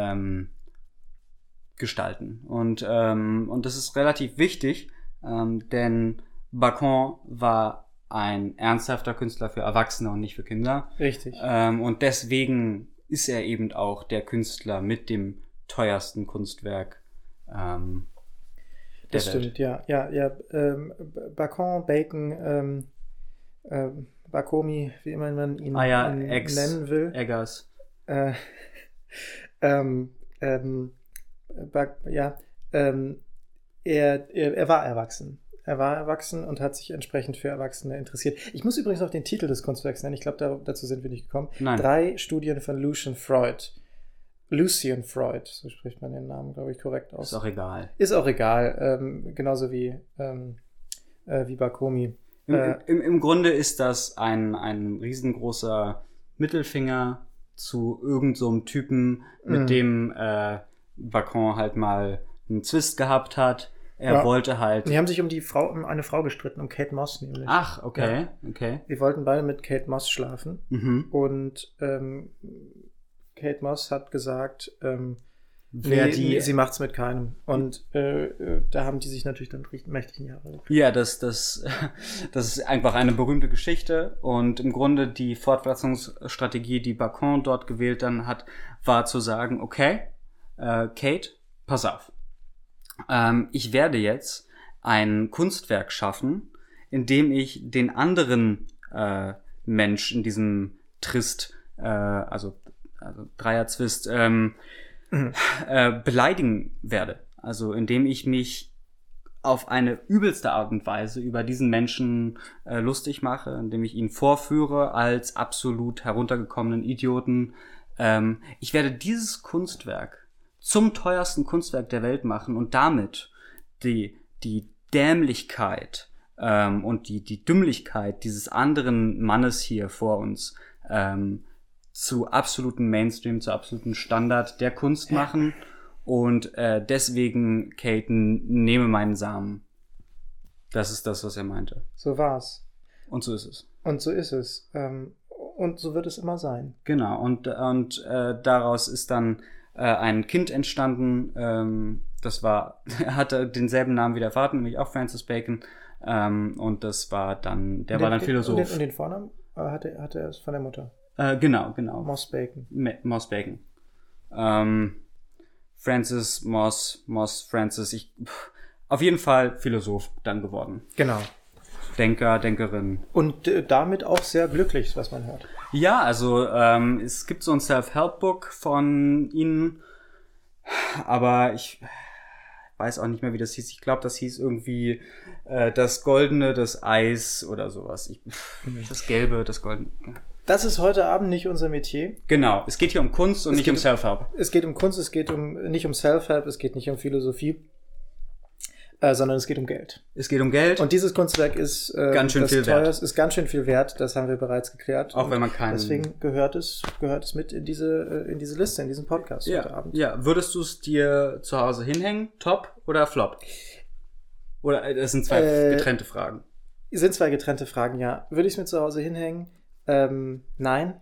Gestalten. Und das ist relativ wichtig, denn Bacon war ein ernsthafter Künstler für Erwachsene und nicht für Kinder. Richtig. Und deswegen ist er eben auch der Künstler mit dem teuersten Kunstwerk Das der Welt. stimmt, ja. Bacon, Bacon, Bakomi, wie immer man ihn nennen will. Eggers. Er war erwachsen. Er war erwachsen und hat sich entsprechend für Erwachsene interessiert. Ich muss übrigens noch den Titel des Kunstwerks nennen. Ich glaube, dazu sind wir nicht gekommen. Nein. 3 Studien von Lucian Freud. Lucian Freud, so spricht man den Namen, glaube ich, korrekt aus. Ist auch egal. Ist auch egal. Genauso wie Bakomi. Im Grunde ist das ein riesengroßer Mittelfinger zu irgend so einem Typen, mit dem Bacon halt mal einen Zwist gehabt hat. Er wollte halt... Die haben sich um eine Frau gestritten, um Kate Moss nämlich. Ach, okay, okay. Die wollten beide mit Kate Moss schlafen. Und Kate Moss hat gesagt, sie macht's mit keinem. Und da haben die sich natürlich dann mächtig in die Haare gekriegt. Ja, das ist einfach eine berühmte Geschichte. Und im Grunde die Fortpflanzungsstrategie, die Bacon dort gewählt dann hat, war zu sagen, okay, Kate, pass auf. Ich werde jetzt ein Kunstwerk schaffen, in dem ich den anderen Mensch in diesem Trist, also Dreierzwist, beleidigen werde. Also indem ich mich auf eine übelste Art und Weise über diesen Menschen lustig mache, indem ich ihn vorführe als absolut heruntergekommenen Idioten. Ich werde dieses Kunstwerk zum teuersten Kunstwerk der Welt machen und damit die Dämlichkeit und die Dümmlichkeit dieses anderen Mannes hier vor uns zu absoluten Mainstream, zu absoluten Standard der Kunst machen. Und deswegen, Kate, nehme meinen Samen. Das ist das, was er meinte. So war's. Und so ist es. Und so ist es. Und so wird es immer sein. Genau. Und daraus ist dann ein Kind entstanden. Er hatte denselben Namen wie der Vater, nämlich auch Francis Bacon. Und das war dann, der war dann Philosoph. Und den Vornamen hatte er es von der Mutter. Genau. Moss Bacon. Moss Bacon. Francis, Francis. Auf jeden Fall Philosoph dann geworden. Genau. Denker, Denkerin. Und damit auch sehr glücklich, was man hört. Ja, also es gibt so ein Self-Help-Book von ihnen, aber ich weiß auch nicht mehr, wie das hieß. Ich glaube, das hieß irgendwie das Goldene, das Eis oder sowas. Das Gelbe, das Goldene. Das ist heute Abend nicht unser Metier. Genau, es geht hier um Kunst und nicht um Self-Help. Es geht um Kunst, es geht nicht um Self-Help, es geht nicht um Philosophie, sondern es geht um Geld. Es geht um Geld. Und dieses Kunstwerk ist ganz schön viel wert. Ist ganz schön viel wert, das haben wir bereits geklärt. Auch wenn man keinen... Deswegen gehört es mit in diese Liste, in diesen Podcast heute Abend. Ja, würdest du es dir zu Hause hinhängen? Top oder Flop? Oder das sind zwei getrennte Fragen. Sind zwei getrennte Fragen, ja. Würde ich es mir zu Hause hinhängen? Nein.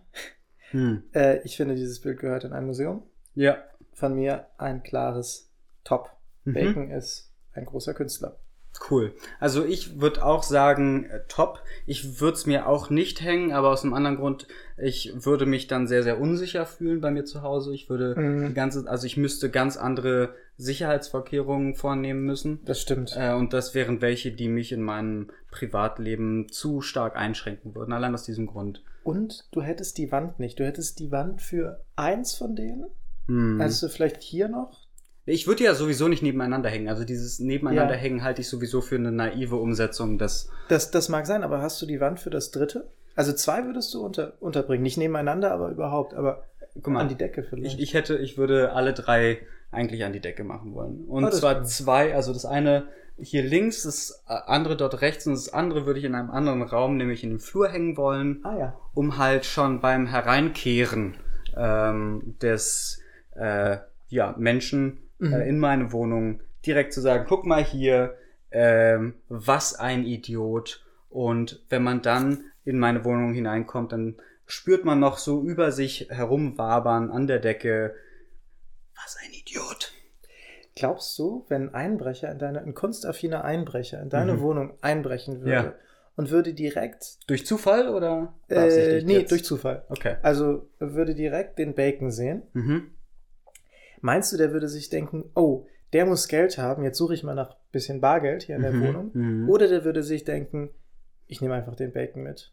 Ich finde, dieses Bild gehört in ein Museum. Ja. Von mir ein klares Top. Bacon ist ein großer Künstler. Cool. Also ich würde auch sagen, top. Ich würde es mir auch nicht hängen, aber aus einem anderen Grund, ich würde mich dann sehr, sehr unsicher fühlen bei mir zu Hause. Ich würde ich müsste ganz andere Sicherheitsvorkehrungen vornehmen müssen. Das stimmt. Und das wären welche, die mich in meinem Privatleben zu stark einschränken würden. Allein aus diesem Grund. Und du hättest die Wand nicht. Du hättest die Wand für eins von denen. Hättest du vielleicht hier noch? Ich würde ja sowieso nicht nebeneinander hängen. Also dieses Nebeneinanderhängen halte ich sowieso für eine naive Umsetzung des... Das mag sein, aber hast du die Wand für das dritte? Also 2 würdest du unterbringen. Nicht nebeneinander, aber überhaupt. Aber guck mal, an die Decke vielleicht. Ich würde alle 3 eigentlich an die Decke machen wollen. Und zwar 2, also das eine hier links, das andere dort rechts und das andere würde ich in einem anderen Raum, nämlich in dem Flur hängen wollen. Um halt schon beim Hereinkehren des Menschen in meine Wohnung direkt zu sagen, guck mal hier, was ein Idiot. Und wenn man dann in meine Wohnung hineinkommt, dann spürt man noch so über sich herumwabern an der Decke, was ein Idiot. Glaubst du, wenn ein kunstaffiner Einbrecher in deine Wohnung einbrechen würde und würde direkt... Durch Zufall oder? Nee, durch Zufall. Okay. Also würde direkt den Bacon sehen. Meinst du, der würde sich denken, oh, der muss Geld haben, jetzt suche ich mal nach ein bisschen Bargeld hier in der Wohnung? Oder der würde sich denken, ich nehme einfach den Bacon mit?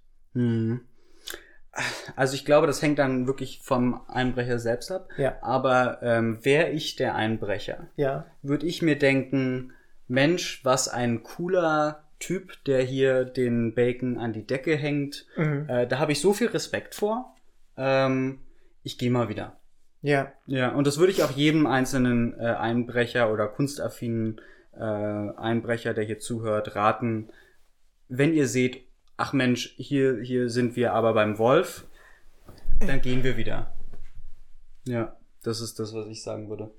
Also ich glaube, das hängt dann wirklich vom Einbrecher selbst ab. Ja. Aber wäre ich der Einbrecher, würde ich mir denken, Mensch, was ein cooler Typ, der hier den Bacon an die Decke hängt. Da habe ich so viel Respekt vor. Ich gehe mal wieder. Ja. Ja, und das würde ich auch jedem einzelnen Einbrecher oder kunstaffinen Einbrecher, der hier zuhört, raten. Wenn ihr seht, ach Mensch, hier sind wir aber beim Wolf, dann gehen wir wieder. Ja, das ist das, was ich sagen würde.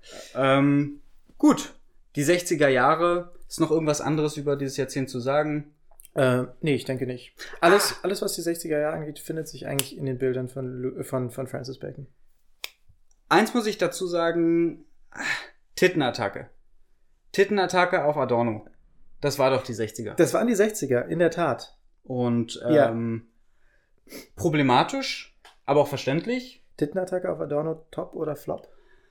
Gut, die 60er Jahre. Ist noch irgendwas anderes über dieses Jahrzehnt zu sagen? Nee, ich denke nicht. Alles, was die 60er Jahre angeht, findet sich eigentlich in den Bildern von Francis Bacon. Eins muss ich dazu sagen, Tittenattacke. Tittenattacke auf Adorno. Das war doch die 60er. Das waren die 60er, in der Tat. Und problematisch, aber auch verständlich. Tittenattacke auf Adorno, Top oder Flop?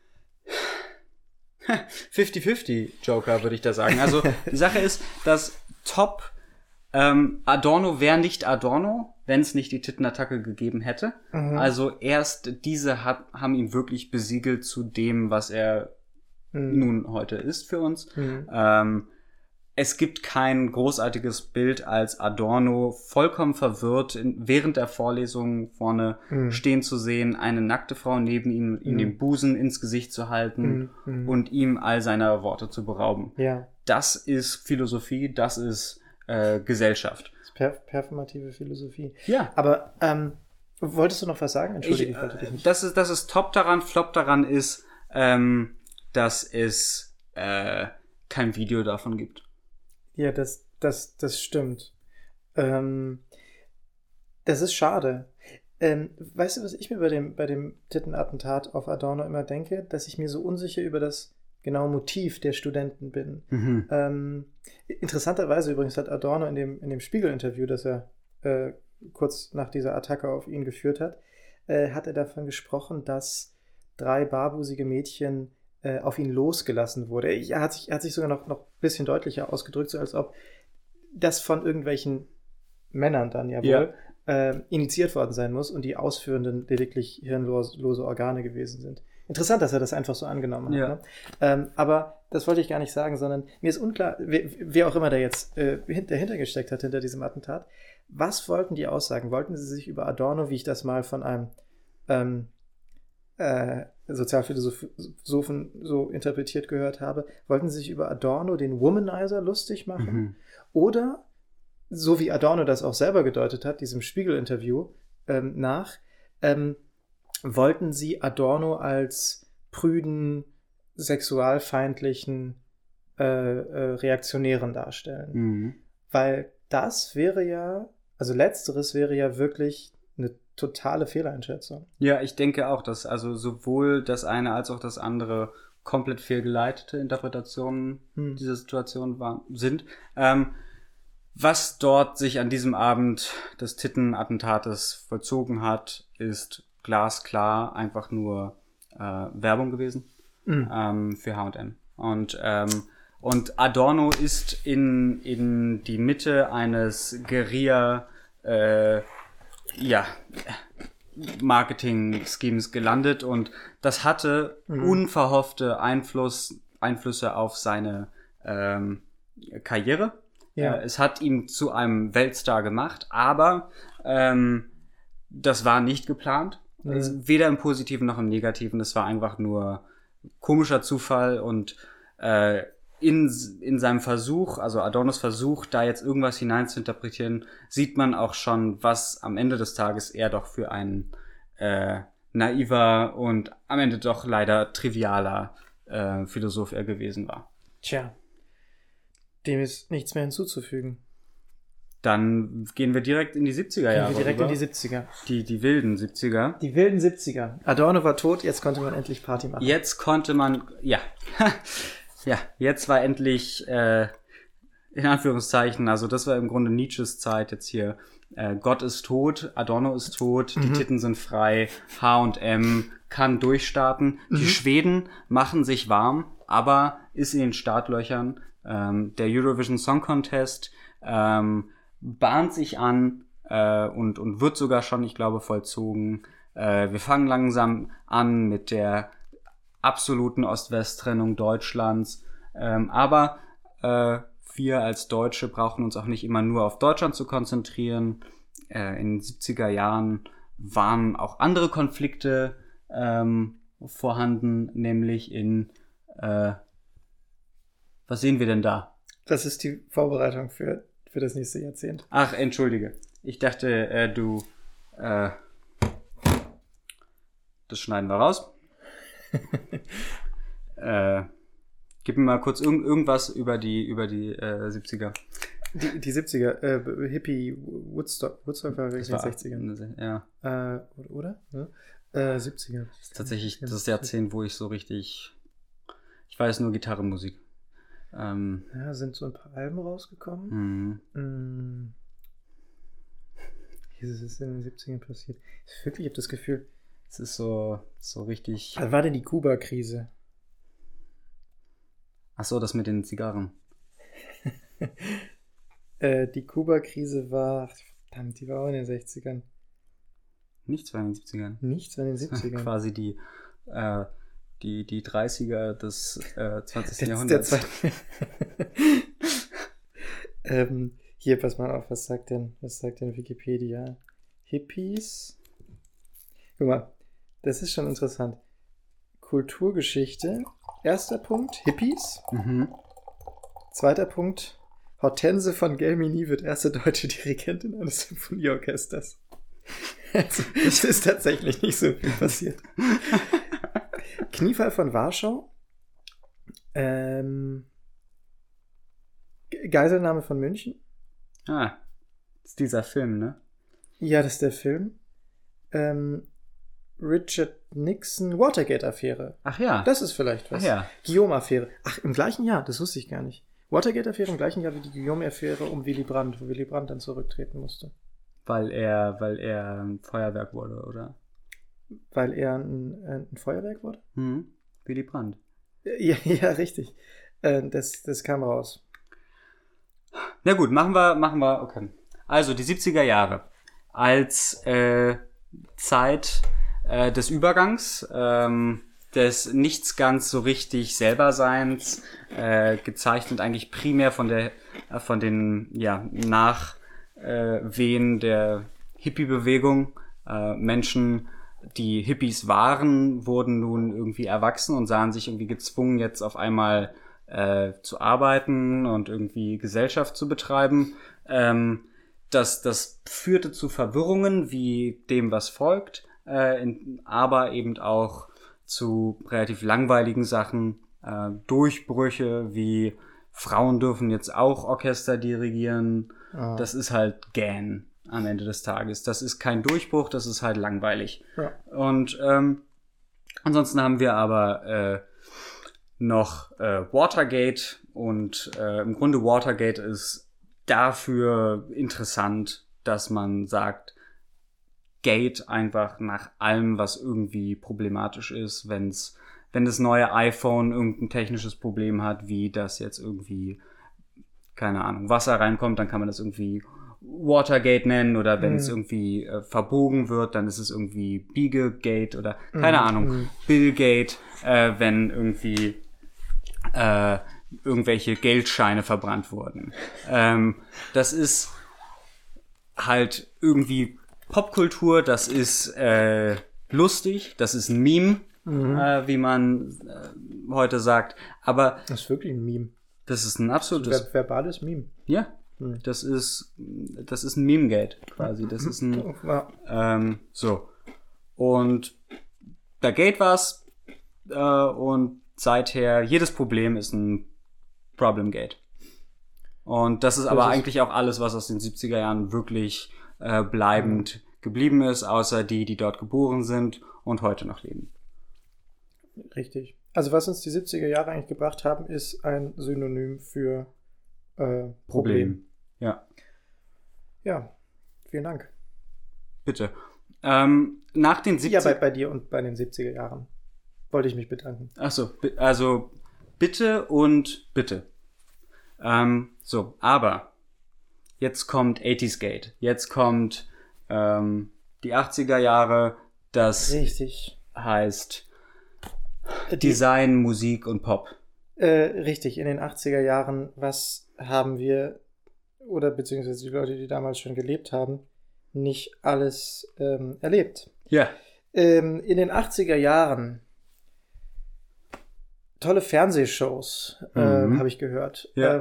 50-50 Joker, würde ich da sagen. Also die Sache ist, dass Top Adorno wäre nicht Adorno, wenn es nicht die Tittenattacke gegeben hätte. Also erst diese haben ihn wirklich besiegelt zu dem, was er nun heute ist für uns. Es gibt kein großartiges Bild, als Adorno vollkommen verwirrt während der Vorlesung vorne stehen zu sehen, eine nackte Frau neben ihm, ihm den Busen ins Gesicht zu halten und ihm all seiner Worte zu berauben. Ja. Das ist Philosophie, das ist Gesellschaft. Performative Philosophie. Ja. Aber wolltest du noch was sagen? Entschuldige, ich wollte dich nicht. Das ist top daran. Flop daran ist, dass es kein Video davon gibt. Ja, das stimmt. Das ist schade. Weißt du, was ich mir bei dem Tittenattentat auf Adorno immer denke? Dass ich mir so unsicher über das genaue Motiv der Studenten bin. Interessanterweise übrigens hat Adorno in dem Spiegel-Interview, das er kurz nach dieser Attacke auf ihn geführt hat, hat er davon gesprochen, dass 3 barbusige Mädchen auf ihn losgelassen wurde. Er hat sich sogar noch ein bisschen deutlicher ausgedrückt, so als ob das von irgendwelchen Männern dann ja wohl initiiert worden sein muss und die Ausführenden lediglich hirnlose Organe gewesen sind. Interessant, dass er das einfach so angenommen hat. Ja. Ne? Aber das wollte ich gar nicht sagen, sondern mir ist unklar, wer auch immer da jetzt dahinter gesteckt hat, hinter diesem Attentat. Was wollten die aussagen? Wollten sie sich über Adorno, wie ich das mal von einem Sozialphilosophen so interpretiert gehört habe, wollten sie sich über Adorno, den Womanizer, lustig machen? Oder, so wie Adorno das auch selber gedeutet hat, diesem Spiegel-Interview wollten sie Adorno als prüden, sexualfeindlichen Reaktionären darstellen. Weil das wäre ja, also letzteres wäre ja wirklich eine totale Fehleinschätzung. Ja, ich denke auch, dass also sowohl das eine als auch das andere komplett fehlgeleitete Interpretationen dieser Situation sind. Was dort sich an diesem Abend des Tittenattentates vollzogen hat, ist glasklar einfach nur Werbung gewesen für H&M. Und Adorno ist in die Mitte eines Guerilla Marketing-Schemes gelandet und das hatte unverhoffte Einflüsse auf seine Karriere. Ja. Es hat ihn zu einem Weltstar gemacht, aber das war nicht geplant. Also weder im Positiven noch im Negativen. Das war einfach nur komischer Zufall und in seinem Versuch, also Adornos Versuch, da jetzt irgendwas hinein zu interpretieren, sieht man auch schon, was am Ende des Tages er doch für ein naiver und am Ende doch leider trivialer Philosoph er gewesen war. Tja, dem ist nichts mehr hinzuzufügen. Dann gehen wir direkt in die 70er Jahre. In die 70er. Die wilden 70er. Die wilden 70er. Adorno war tot, jetzt konnte man endlich Party machen. Jetzt konnte man, ja. Ja, jetzt war endlich in Anführungszeichen, also das war im Grunde Nietzsches Zeit jetzt hier. Gott ist tot, Adorno ist tot, die Titten sind frei, H&M kann durchstarten. Die Schweden machen sich warm, aber ist in den Startlöchern. Der Eurovision Song Contest bahnt sich an und wird sogar schon, ich glaube, vollzogen. Wir fangen langsam an mit der absoluten Ost-West-Trennung Deutschlands. Aber wir als Deutsche brauchen uns auch nicht immer nur auf Deutschland zu konzentrieren. In den 70er Jahren waren auch andere Konflikte vorhanden, nämlich in was sehen wir denn da? Das ist die Vorbereitung für das nächste Jahrzehnt. Ach, entschuldige. Ich dachte, das schneiden wir raus. Gib mir mal kurz irgendwas über die 70er. Die 70er, Hippie, Woodstock war wirklich in den 60ern. Ja. Oder? Ja. 70er. Das ist tatsächlich das Jahrzehnt, wo ich so richtig... Ich weiß nur Gitarrenmusik. Ja, sind so ein paar Alben rausgekommen. Jesus, ist in den 70ern passiert? Ich habe das Gefühl... Es ist so richtig... Was war denn die Kuba-Krise? Ach so, das mit den Zigarren. Die Kuba-Krise war... Verdammt, die war auch in den 60ern. Nichts war in den 70ern. Nichts war in den 70ern. Quasi die 30er des 20. Jahrhunderts. Hier, pass mal auf, was sagt denn Wikipedia? Hippies? Guck mal, das ist schon interessant. Kulturgeschichte. Erster Punkt, Hippies. Zweiter Punkt, Hortense von Gelmini wird erste deutsche Dirigentin eines Symphonieorchesters. Also, es ist tatsächlich nicht so viel passiert. Kniefall von Warschau. Geiselnahme von München. Das ist dieser Film, ne? Ja, das ist der Film. Richard Nixon, Watergate-Affäre. Ach ja. Das ist vielleicht was. Ach ja. Guillaume-Affäre. Ach, im gleichen Jahr, das wusste ich gar nicht. Watergate-Affäre im gleichen Jahr wie die Guillaume-Affäre um Willy Brandt, wo Willy Brandt dann zurücktreten musste. Weil er ein Feuerwerk wurde, oder? Weil er ein Feuerwerk wurde? Willy Brandt. Ja, richtig. Das kam raus. Na gut, machen wir, okay. Also, die 70er Jahre. Als Zeit des Übergangs, des nichts ganz so richtig Selberseins, gezeichnet eigentlich primär von den Nachwehen der Hippie-Bewegung. Menschen, die Hippies waren, wurden nun irgendwie erwachsen und sahen sich irgendwie gezwungen, jetzt auf einmal zu arbeiten und irgendwie Gesellschaft zu betreiben. Das führte zu Verwirrungen wie dem, was folgt, aber eben auch zu relativ langweiligen Sachen, Durchbrüche wie Frauen dürfen jetzt auch Orchester dirigieren. Das ist halt gähn am Ende des Tages. Das ist kein Durchbruch, das ist halt langweilig. Ja. Und ansonsten haben wir aber noch Watergate und im Grunde Watergate ist dafür interessant, dass man sagt, Gate einfach nach allem, was irgendwie problematisch ist, wenn das neue iPhone irgendein technisches Problem hat, wie das jetzt irgendwie, keine Ahnung, Wasser reinkommt, dann kann man das irgendwie Watergate nennen oder wenn es irgendwie verbogen wird, dann ist es irgendwie Biegegate oder keine Ahnung, Billgate, wenn irgendwie irgendwelche Geldscheine verbrannt wurden. Das ist halt irgendwie Popkultur, das ist lustig, das ist ein Meme, wie man heute sagt, aber das ist wirklich ein Meme. Das ist ein absolutes verbales Meme. Ja, das ist ein Memegate quasi, das ist ein so. Und da geht was und seither jedes Problem ist ein Problemgate. Und das ist aber eigentlich auch alles, was aus den 70er Jahren wirklich bleibend geblieben ist, außer die dort geboren sind und heute noch leben. Richtig. Also was uns die 70er Jahre eigentlich gebracht haben, ist ein Synonym für Problem. Ja. Ja, vielen Dank. Bitte. Nach den 70er... Ja, bei dir und bei den 70er Jahren wollte ich mich bedanken. Achso, also bitte und bitte. Aber jetzt kommt 80s Gate. Jetzt kommt die 80er Jahre. Das Richtig. heißt Design, Musik und Pop. Richtig, in den 80er Jahren, was haben wir, oder beziehungsweise die Leute, die damals schon gelebt haben, nicht alles erlebt. Ja. In den 80er Jahren tolle Fernsehshows, habe ich gehört. Ja.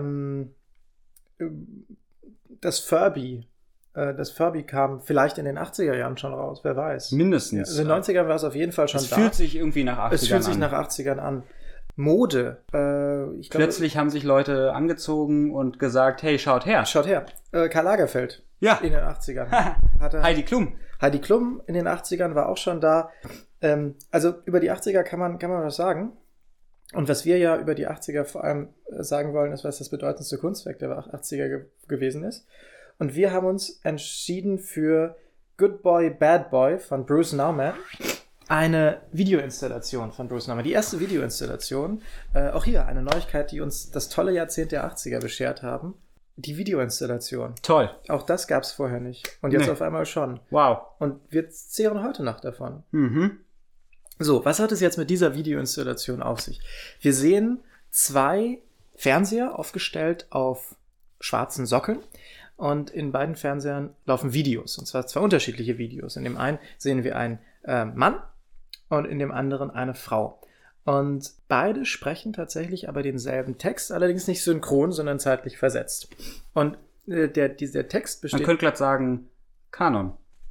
Das Furby kam vielleicht in den 80er Jahren schon raus, wer weiß. Mindestens. Also in den 90ern war es auf jeden Fall schon es da. fühlt sich irgendwie nach 80ern an. Es fühlt sich nach 80ern an. Mode. Ich glaube, Plötzlich haben sich Leute angezogen und gesagt, hey, schaut her. schaut her. Karl Lagerfeld Ja. in den 80ern. Heidi Klum. Heidi Klum in den 80ern war auch schon da. Also über die 80er kann man was sagen. Und was wir ja über die 80er vor allem sagen wollen, ist, was das bedeutendste Kunstwerk der 80er gewesen ist. Und wir haben uns entschieden für Good Boy, Bad Boy von Bruce Nauman. Eine Videoinstallation von Bruce Nauman. Die erste Videoinstallation. Auch hier eine Neuigkeit, die uns das tolle Jahrzehnt der 80er beschert haben. Die Videoinstallation. Toll. Auch das gab es vorher nicht. Und jetzt Nee. auf einmal schon. Wow. Und wir zehren heute noch davon. Mhm. So, was hat es jetzt mit dieser Videoinstallation auf sich? Wir sehen 2 Fernseher aufgestellt auf schwarzen Sockeln und in beiden Fernsehern laufen Videos, und zwar 2 unterschiedliche Videos. In dem einen sehen wir einen Mann und in dem anderen eine Frau. Und beide sprechen tatsächlich aber denselben Text, allerdings nicht synchron, sondern zeitlich versetzt. Und dieser Text besteht... Man könnte glatt sagen, Kanon.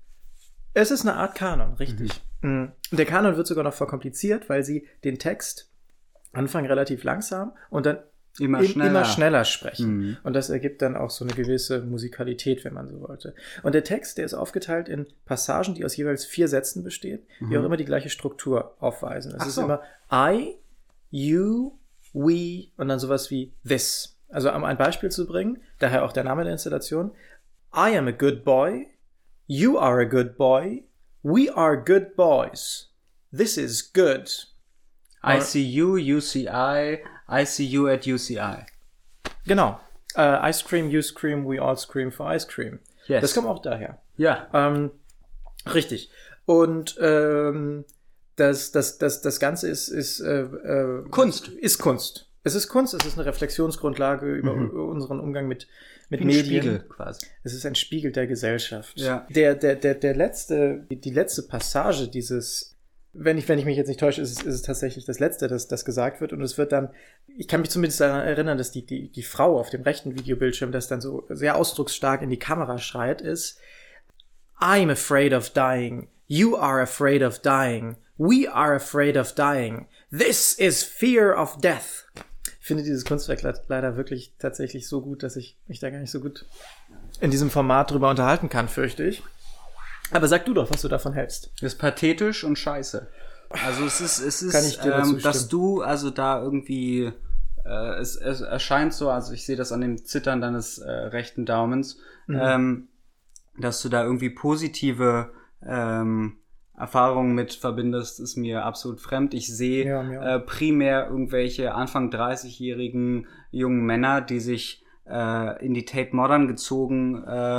Es ist eine Art Kanon, richtig. Und der Kanon wird sogar noch verkompliziert, weil sie den Text anfangen relativ langsam und dann immer schneller sprechen. Und das ergibt dann auch so eine gewisse Musikalität, wenn man so wollte. Und der Text, der ist aufgeteilt in Passagen, die aus jeweils 4 Sätzen bestehen, die auch immer die gleiche Struktur aufweisen. Es ist immer I, you, we und dann sowas wie this. Also um ein Beispiel zu bringen, daher auch der Name der Installation. I am a good boy. You are a good boy. We are good boys. This is good. I see you, you see I see you at UCI. Genau. I scream, you scream, we all scream for ice cream. Yes. Das kommt auch daher. Ja. Richtig. Und das Ganze ist Kunst. Ist Kunst. Es ist Kunst, es ist eine Reflexionsgrundlage über unseren Umgang mit Ein Medien. Spiegel quasi. Es ist ein Spiegel der Gesellschaft. Ja. Die letzte Passage dieses, wenn ich mich jetzt nicht täusche, ist es tatsächlich das Letzte, das gesagt wird. Und es wird dann, ich kann mich zumindest daran erinnern, dass die Frau auf dem rechten Videobildschirm, das dann so sehr ausdrucksstark in die Kamera schreit, ist I'm afraid of dying. You are afraid of dying. We are afraid of dying. This is fear of death. Ich finde dieses Kunstwerk leider wirklich tatsächlich so gut, dass ich mich da gar nicht so gut in diesem Format drüber unterhalten kann, fürchte ich. Aber sag du doch, was du davon hältst. Das ist pathetisch und scheiße. Also es ist Kann ich dir dazu dass stimmen. du also da irgendwie es erscheint so, also ich sehe das an dem Zittern deines rechten Daumens, dass du da irgendwie positive Erfahrungen mit verbindest, ist mir absolut fremd. Ich sehe Ja. primär irgendwelche Anfang 30-jährigen jungen Männer, die sich in die Tate Modern gezogen,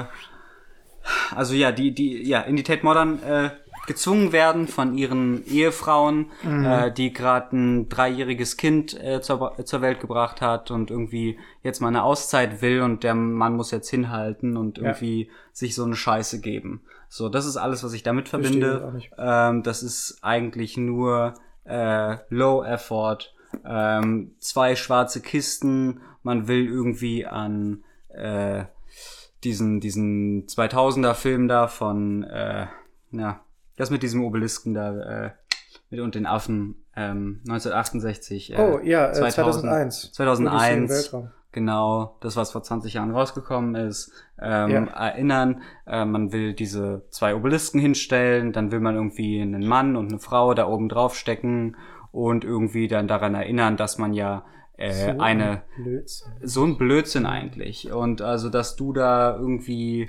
in die Tate Modern gezwungen werden von ihren Ehefrauen, die gerade ein 3-jähriges Kind zur Welt gebracht hat und irgendwie jetzt mal eine Auszeit will und der Mann muss jetzt hinhalten und irgendwie sich so eine Scheiße geben. So, das ist alles, was ich damit verbinde. auch nicht. Das ist eigentlich nur Low Effort, 2 schwarze Kisten, man will irgendwie an diesen 2000er Film da von das mit diesem Obelisken da mit und den Affen 1968 2001 2001 Weltraum. genau, das was vor 20 Jahren rausgekommen ist, erinnern, man will diese 2 Obelisken hinstellen, dann will man irgendwie einen Mann und eine Frau da oben drauf stecken und irgendwie dann daran erinnern, dass man ja so ein Blödsinn eigentlich. Und also, dass du da irgendwie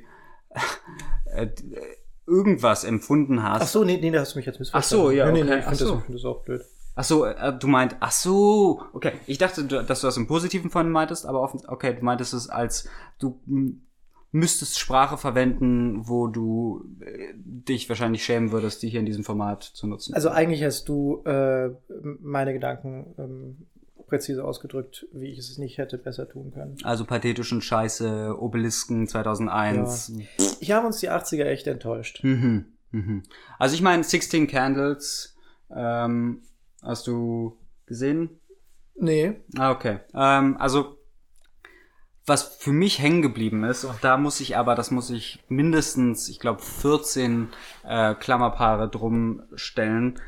irgendwas empfunden hast. Ach so, nee, da hast du mich jetzt missverstanden. Ach so, ja, okay. Nee, ich finde das auch blöd. Ach so, du meint, ach so, okay. Ich dachte, dass du das im Positiven von meintest, aber okay, du meintest es als, du müsstest Sprache verwenden, wo du dich wahrscheinlich schämen würdest, die hier in diesem Format zu nutzen. Also eigentlich hast du meine Gedanken präzise ausgedrückt, wie ich es nicht hätte besser tun können. Also pathetischen Scheiße, Obelisken 2001. Ja. Ich habe uns die 80er echt enttäuscht. Also ich meine, 16 Candles, hast du gesehen? Nee. Ah, okay. Also was für mich hängen geblieben ist, und das muss ich mindestens, ich glaube, 14 Klammerpaare drum stellen.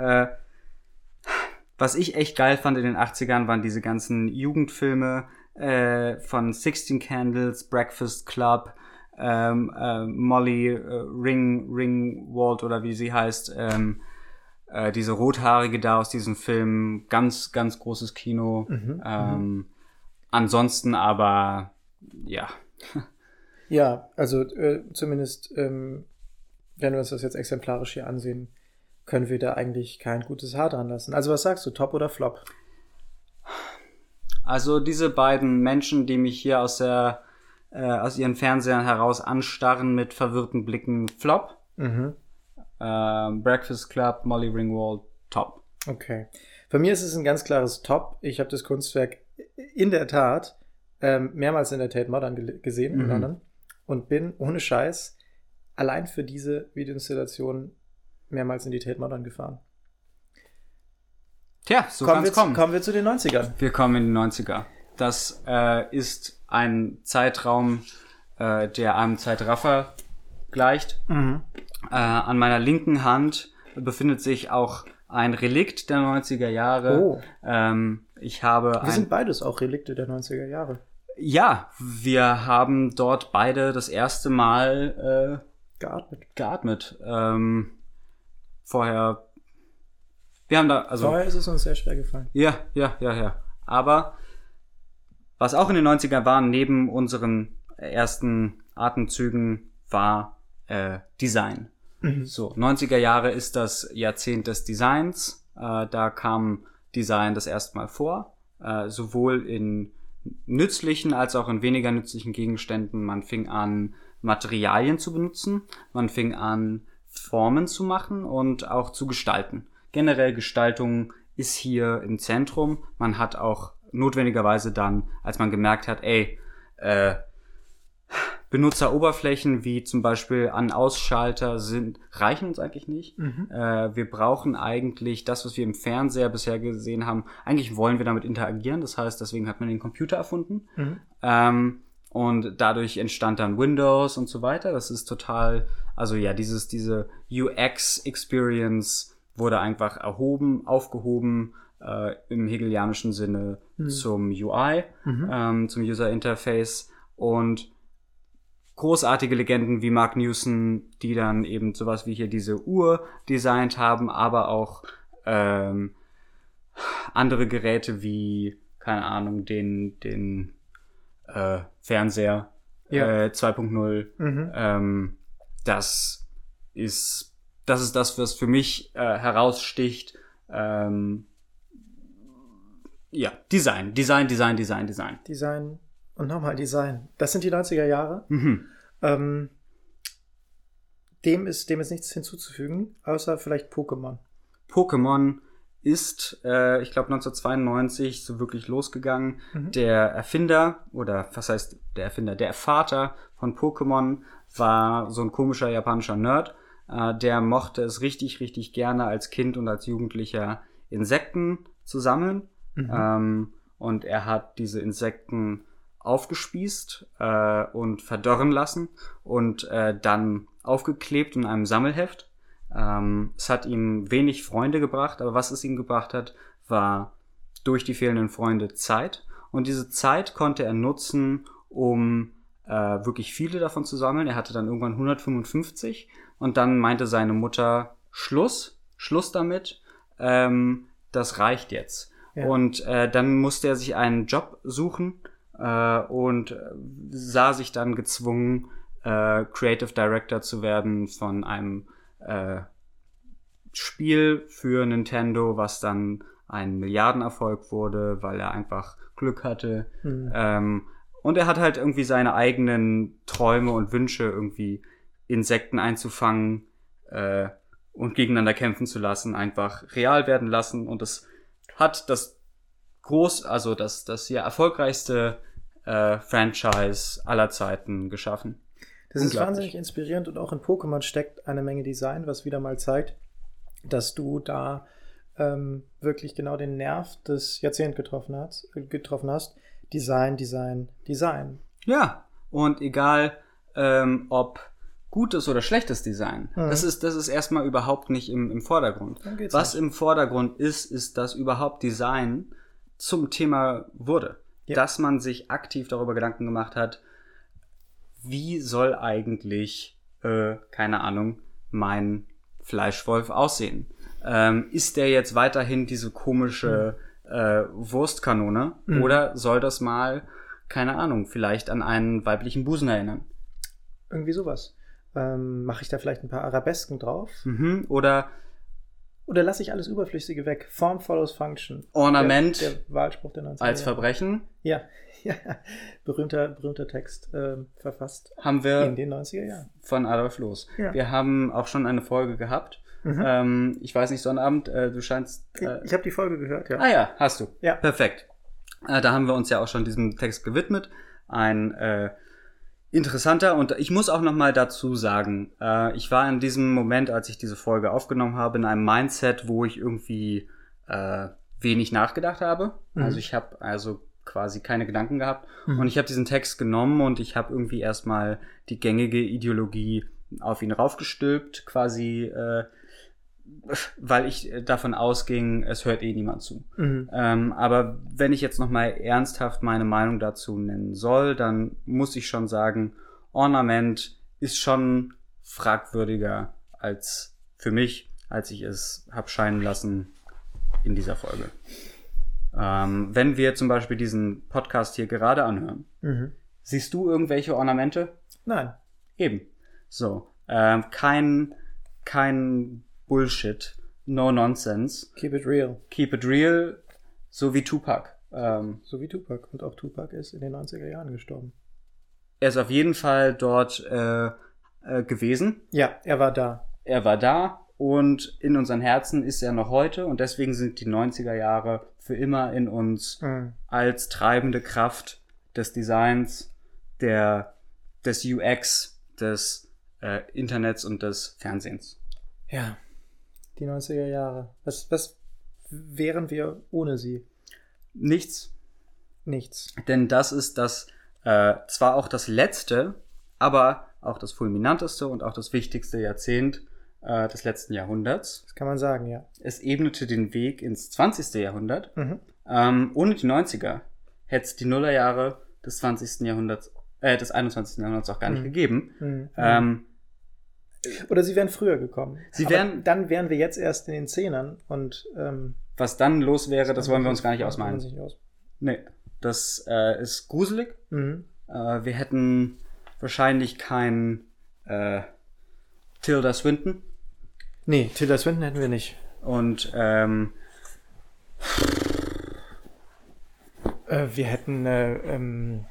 Was ich echt geil fand in den 80ern, waren diese ganzen Jugendfilme von 16 Candles, Breakfast Club, Molly Ringwald oder wie sie heißt, diese Rothaarige da aus diesem Film, ganz, ganz großes Kino. Ansonsten aber, ja. Ja, also zumindest, wenn wir uns das jetzt exemplarisch hier ansehen, können wir da eigentlich kein gutes Haar dran lassen. Also was sagst du, Top oder Flop? Also diese beiden Menschen, die mich hier aus ihren Fernsehern heraus anstarren mit verwirrten Blicken, Flop. Breakfast Club, Molly Ringwald, Top. Okay. Für mich ist es ein ganz klares Top. Ich habe das Kunstwerk in der Tat mehrmals in der Tate Modern gesehen in London und bin ohne Scheiß allein für diese Videoinstallation mehrmals in die Tate Modern gefahren. Tja, so kann es kommen. Kommen wir zu den 90ern. Wir kommen in die 90er. Das ist ein Zeitraum, der einem Zeitraffer gleicht. An meiner linken Hand befindet sich auch ein Relikt der 90er Jahre. Oh. Wir sind beides auch Relikte der 90er Jahre. Ja, wir haben dort beide das erste Mal geatmet. Vorher ist es uns sehr schwer gefallen. Ja. Aber was auch in den 90ern war, neben unseren ersten Atemzügen, war Design. So, 90er Jahre ist das Jahrzehnt des Designs. Da kam Design das erste Mal vor, sowohl in nützlichen als auch in weniger nützlichen Gegenständen. Man fing an, Materialien zu benutzen, man fing an, Formen zu machen und auch zu gestalten. Generell Gestaltung ist hier im Zentrum. Man hat auch notwendigerweise dann, als man gemerkt hat, Benutzeroberflächen wie zum Beispiel An-Ausschalter reichen uns eigentlich nicht. Wir brauchen eigentlich das, was wir im Fernseher bisher gesehen haben. Eigentlich wollen wir damit interagieren. Das heißt, deswegen hat man den Computer erfunden. Und dadurch entstand dann Windows und so weiter. Das ist total, also ja, diese UX-Experience wurde einfach aufgehoben im hegelianischen Sinne zum UI, zum User Interface, und großartige Legenden wie Mark Newson, die dann eben sowas wie hier diese Uhr designt haben, aber auch andere Geräte wie, keine Ahnung, den Fernseher 2.0. Das ist das, was für mich heraussticht. Design. Design und nochmal Design. Das sind die 90er Jahre. Dem ist nichts hinzuzufügen, außer vielleicht Pokémon. Pokémon ist, ich glaube 1992 so wirklich losgegangen. Der Erfinder, oder was heißt der Erfinder, der Vater von Pokémon war so ein komischer japanischer Nerd. Der mochte es richtig, richtig gerne als Kind und als Jugendlicher Insekten zu sammeln. Und er hat diese Insekten aufgespießt und verdorren lassen und dann aufgeklebt in einem Sammelheft. Es hat ihm wenig Freunde gebracht, aber was es ihm gebracht hat, war durch die fehlenden Freunde Zeit. Und diese Zeit konnte er nutzen, um wirklich viele davon zu sammeln. Er hatte dann irgendwann 155 und dann meinte seine Mutter, Schluss damit, das reicht jetzt. Ja. Und dann musste er sich einen Job suchen und sah sich dann gezwungen, Creative Director zu werden von einem Spiel für Nintendo, was dann ein Milliardenerfolg wurde, weil er einfach Glück hatte. Und er hat halt irgendwie seine eigenen Träume und Wünsche, irgendwie Insekten einzufangen und gegeneinander kämpfen zu lassen, einfach real werden lassen. Und das hat das hier erfolgreichste Franchise aller Zeiten geschaffen. Das ist wahnsinnig inspirierend und auch in Pokémon steckt eine Menge Design, was wieder mal zeigt, dass du da wirklich genau den Nerv des Jahrzehnts getroffen hast. Design, Design, Design. Ja, und egal ob gutes oder schlechtes Design, das ist erstmal überhaupt nicht im Vordergrund. Was im Vordergrund ist, dass überhaupt Design zum Thema wurde. Ja. Dass man sich aktiv darüber Gedanken gemacht hat, wie soll eigentlich, keine Ahnung, mein Fleischwolf aussehen? Ist der jetzt weiterhin diese komische Wurstkanone oder soll das mal, keine Ahnung, vielleicht an einen weiblichen Busen erinnern? Irgendwie sowas. Mache ich da vielleicht ein paar Arabesken drauf? Oder lasse ich alles Überflüssige weg? Form follows Function. Ornament der Wahlspruch der 90er als Verbrechen. Ja. Berühmter Text verfasst haben wir in den 90er Jahren. Von Adolf Loos. Ja. Wir haben auch schon eine Folge gehabt. Ich weiß nicht, Sonnabend, du scheinst... ich habe die Folge gehört, ja. Ah ja, hast du. Ja. Perfekt. Da haben wir uns ja auch schon diesem Text gewidmet. Ein interessanter, und ich muss auch nochmal dazu sagen, ich war in diesem Moment, als ich diese Folge aufgenommen habe, in einem Mindset, wo ich irgendwie wenig nachgedacht habe. Also ich habe quasi keine Gedanken gehabt. Und ich habe diesen Text genommen und ich habe irgendwie erstmal die gängige Ideologie auf ihn raufgestülpt, quasi, weil ich davon ausging, es hört eh niemand zu. Aber wenn ich jetzt nochmal ernsthaft meine Meinung dazu nennen soll, dann muss ich schon sagen, Ornament ist schon fragwürdiger als für mich, als ich es habe scheinen lassen in dieser Folge. Wenn wir zum Beispiel diesen Podcast hier gerade anhören, siehst du irgendwelche Ornamente? Nein. Eben. So. Kein Bullshit. No nonsense. Keep it real. Keep it real. So wie Tupac. So wie Tupac. Und auch Tupac ist in den 90er Jahren gestorben. Er ist auf jeden Fall dort gewesen. Ja, er war da. Er war da. Und in unseren Herzen ist er noch heute. Und deswegen sind die 90er Jahre für immer in uns als treibende Kraft des Designs, des UX, des Internets und des Fernsehens. Ja, die 90er Jahre. Was wären wir ohne sie? Nichts. Nichts. Denn das ist zwar auch das letzte, aber auch das fulminanteste und auch das wichtigste Jahrzehnt des letzten Jahrhunderts. Das kann man sagen, ja. Es ebnete den Weg ins 20. Jahrhundert. Ohne die 90er hätte es die Nullerjahre des 20. Jahrhunderts, des 21. Jahrhunderts auch gar nicht gegeben. Oder sie wären früher gekommen. Dann wären wir jetzt erst in den Zehnern und was dann los wäre, das wollen wir uns gar nicht ausmalen. Nee, das ist gruselig. Wir hätten wahrscheinlich kein Tilda Swinton. Nee, Tilda Swinton hätten wir nicht. Und wir hätten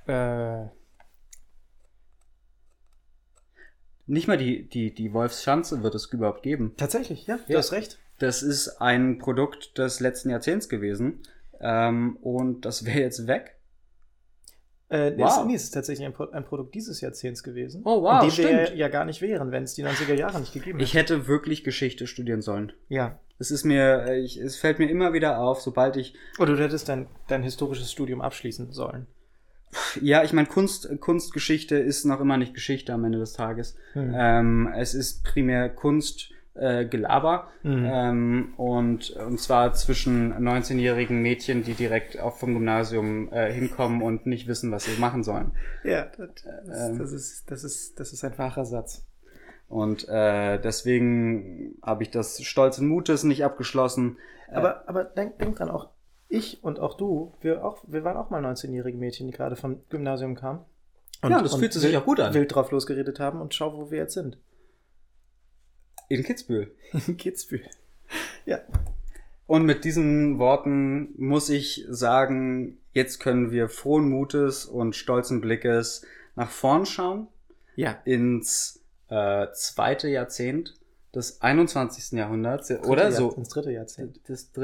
nicht mal die Wolfschanze wird es überhaupt geben. Tatsächlich, ja, du hast recht. Das ist ein Produkt des letzten Jahrzehnts gewesen. Und das wäre jetzt weg. Wow. Es ist tatsächlich ein Produkt dieses Jahrzehnts gewesen. Oh, wow, in dem stimmt. wir ja gar nicht wären, wenn es die 90er Jahre nicht gegeben hätte. Ich hätte wirklich Geschichte studieren sollen. Ja. Es fällt mir immer wieder auf, sobald ich... Oder du hättest dein historisches Studium abschließen sollen. Ja, ich meine, Kunstgeschichte ist noch immer nicht Geschichte am Ende des Tages. Es ist primär Kunstgelaber. Und zwar zwischen 19-jährigen Mädchen, die direkt auch vom Gymnasium hinkommen und nicht wissen, was sie machen sollen. Ja, das ist ein wahrer Satz. Und deswegen habe ich das stolzen Mutes nicht abgeschlossen. Aber denk dran auch, ich und auch du, wir waren auch mal 19-jährige Mädchen, die gerade vom Gymnasium kamen. Das fühlt sich auch gut an. Wild drauf losgeredet haben und schau, wo wir jetzt sind. In Kitzbühel. In Kitzbühel. Ja. Und mit diesen Worten muss ich sagen, jetzt können wir frohen Mutes und stolzen Blickes nach vorn schauen. Ja. Ins zweite Jahrzehnt des 21. Jahrhunderts. Oder so. Ins dritte Jahrzehnt.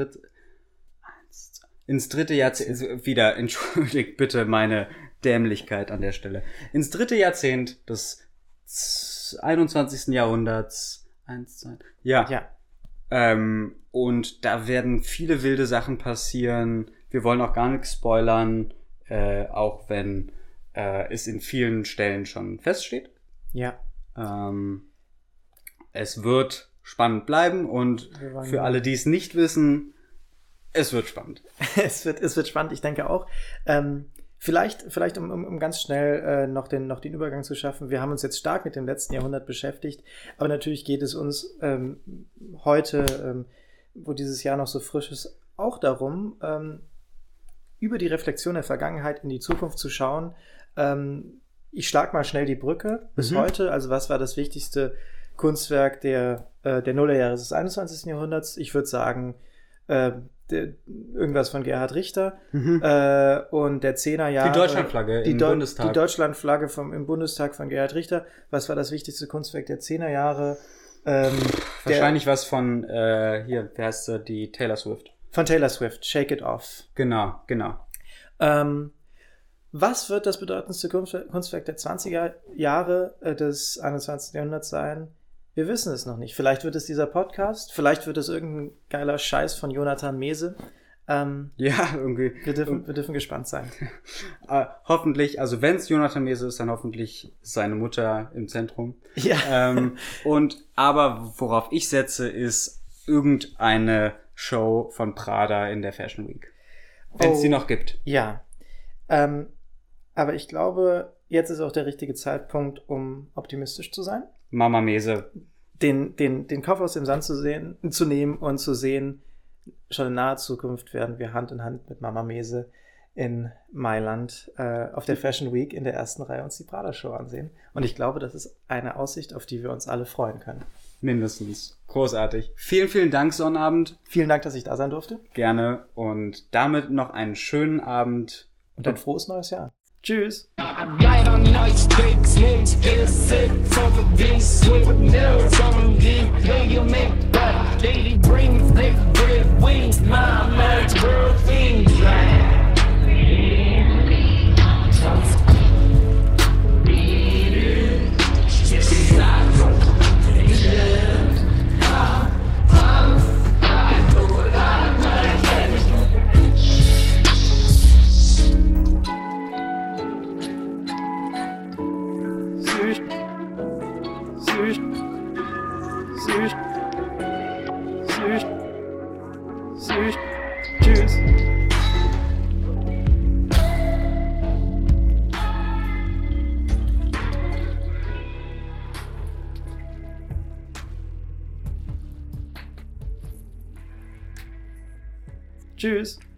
Ins dritte Jahrzehnt. Wieder, entschuldigt bitte meine Dämlichkeit an der Stelle. Ins dritte Jahrzehnt des 21. Jahrhunderts. Ja. Und da werden viele wilde Sachen passieren. Wir wollen auch gar nichts spoilern, auch wenn es in vielen Stellen schon feststeht. Ja. Es wird spannend bleiben und für alle, die es nicht wissen, es wird spannend. Es wird spannend, ich denke auch. Vielleicht um ganz schnell noch den Übergang zu schaffen. Wir haben uns jetzt stark mit dem letzten Jahrhundert beschäftigt, aber natürlich geht es uns heute, wo dieses Jahr noch so frisch ist, auch darum, über die Reflexion der Vergangenheit in die Zukunft zu schauen. Ich schlage mal schnell die Brücke bis heute. Also was war das wichtigste Kunstwerk der Nullerjahre des 21. Jahrhunderts? Ich würde sagen, irgendwas von Gerhard Richter und der 10er Jahre. Die Deutschlandflagge im Bundestag. Die Deutschlandflagge im Bundestag von Gerhard Richter. Was war das wichtigste Kunstwerk der 10er Jahre? Wahrscheinlich was von, wie heißt sie, die Taylor Swift. Von Taylor Swift, Shake It Off. Genau. Was wird das bedeutendste Kunstwerk der 20er Jahre des 21. Jahrhunderts sein? Wir wissen es noch nicht. Vielleicht wird es dieser Podcast, vielleicht wird es irgendein geiler Scheiß von Jonathan Mese. Irgendwie. Wir dürfen gespannt sein. Hoffentlich, also wenn es Jonathan Mese ist, dann hoffentlich seine Mutter im Zentrum. Ja. Aber worauf ich setze, ist irgendeine Show von Prada in der Fashion Week. Wenn es die noch gibt. Ja. Aber ich glaube, jetzt ist auch der richtige Zeitpunkt, um optimistisch zu sein. Mama Mese. Den Kopf aus dem Sand zu nehmen und zu sehen, schon in naher Zukunft werden wir Hand in Hand mit Mama Mese in Mailand auf der Fashion Week in der ersten Reihe uns die Prada-Show ansehen. Und ich glaube, das ist eine Aussicht, auf die wir uns alle freuen können. Mindestens. Großartig. Vielen, vielen Dank, Sonnabend. Vielen Dank, dass ich da sein durfte. Gerne. Und damit noch einen schönen Abend. Und ein frohes neues Jahr. Tschüss. Tschüss. Tschüss.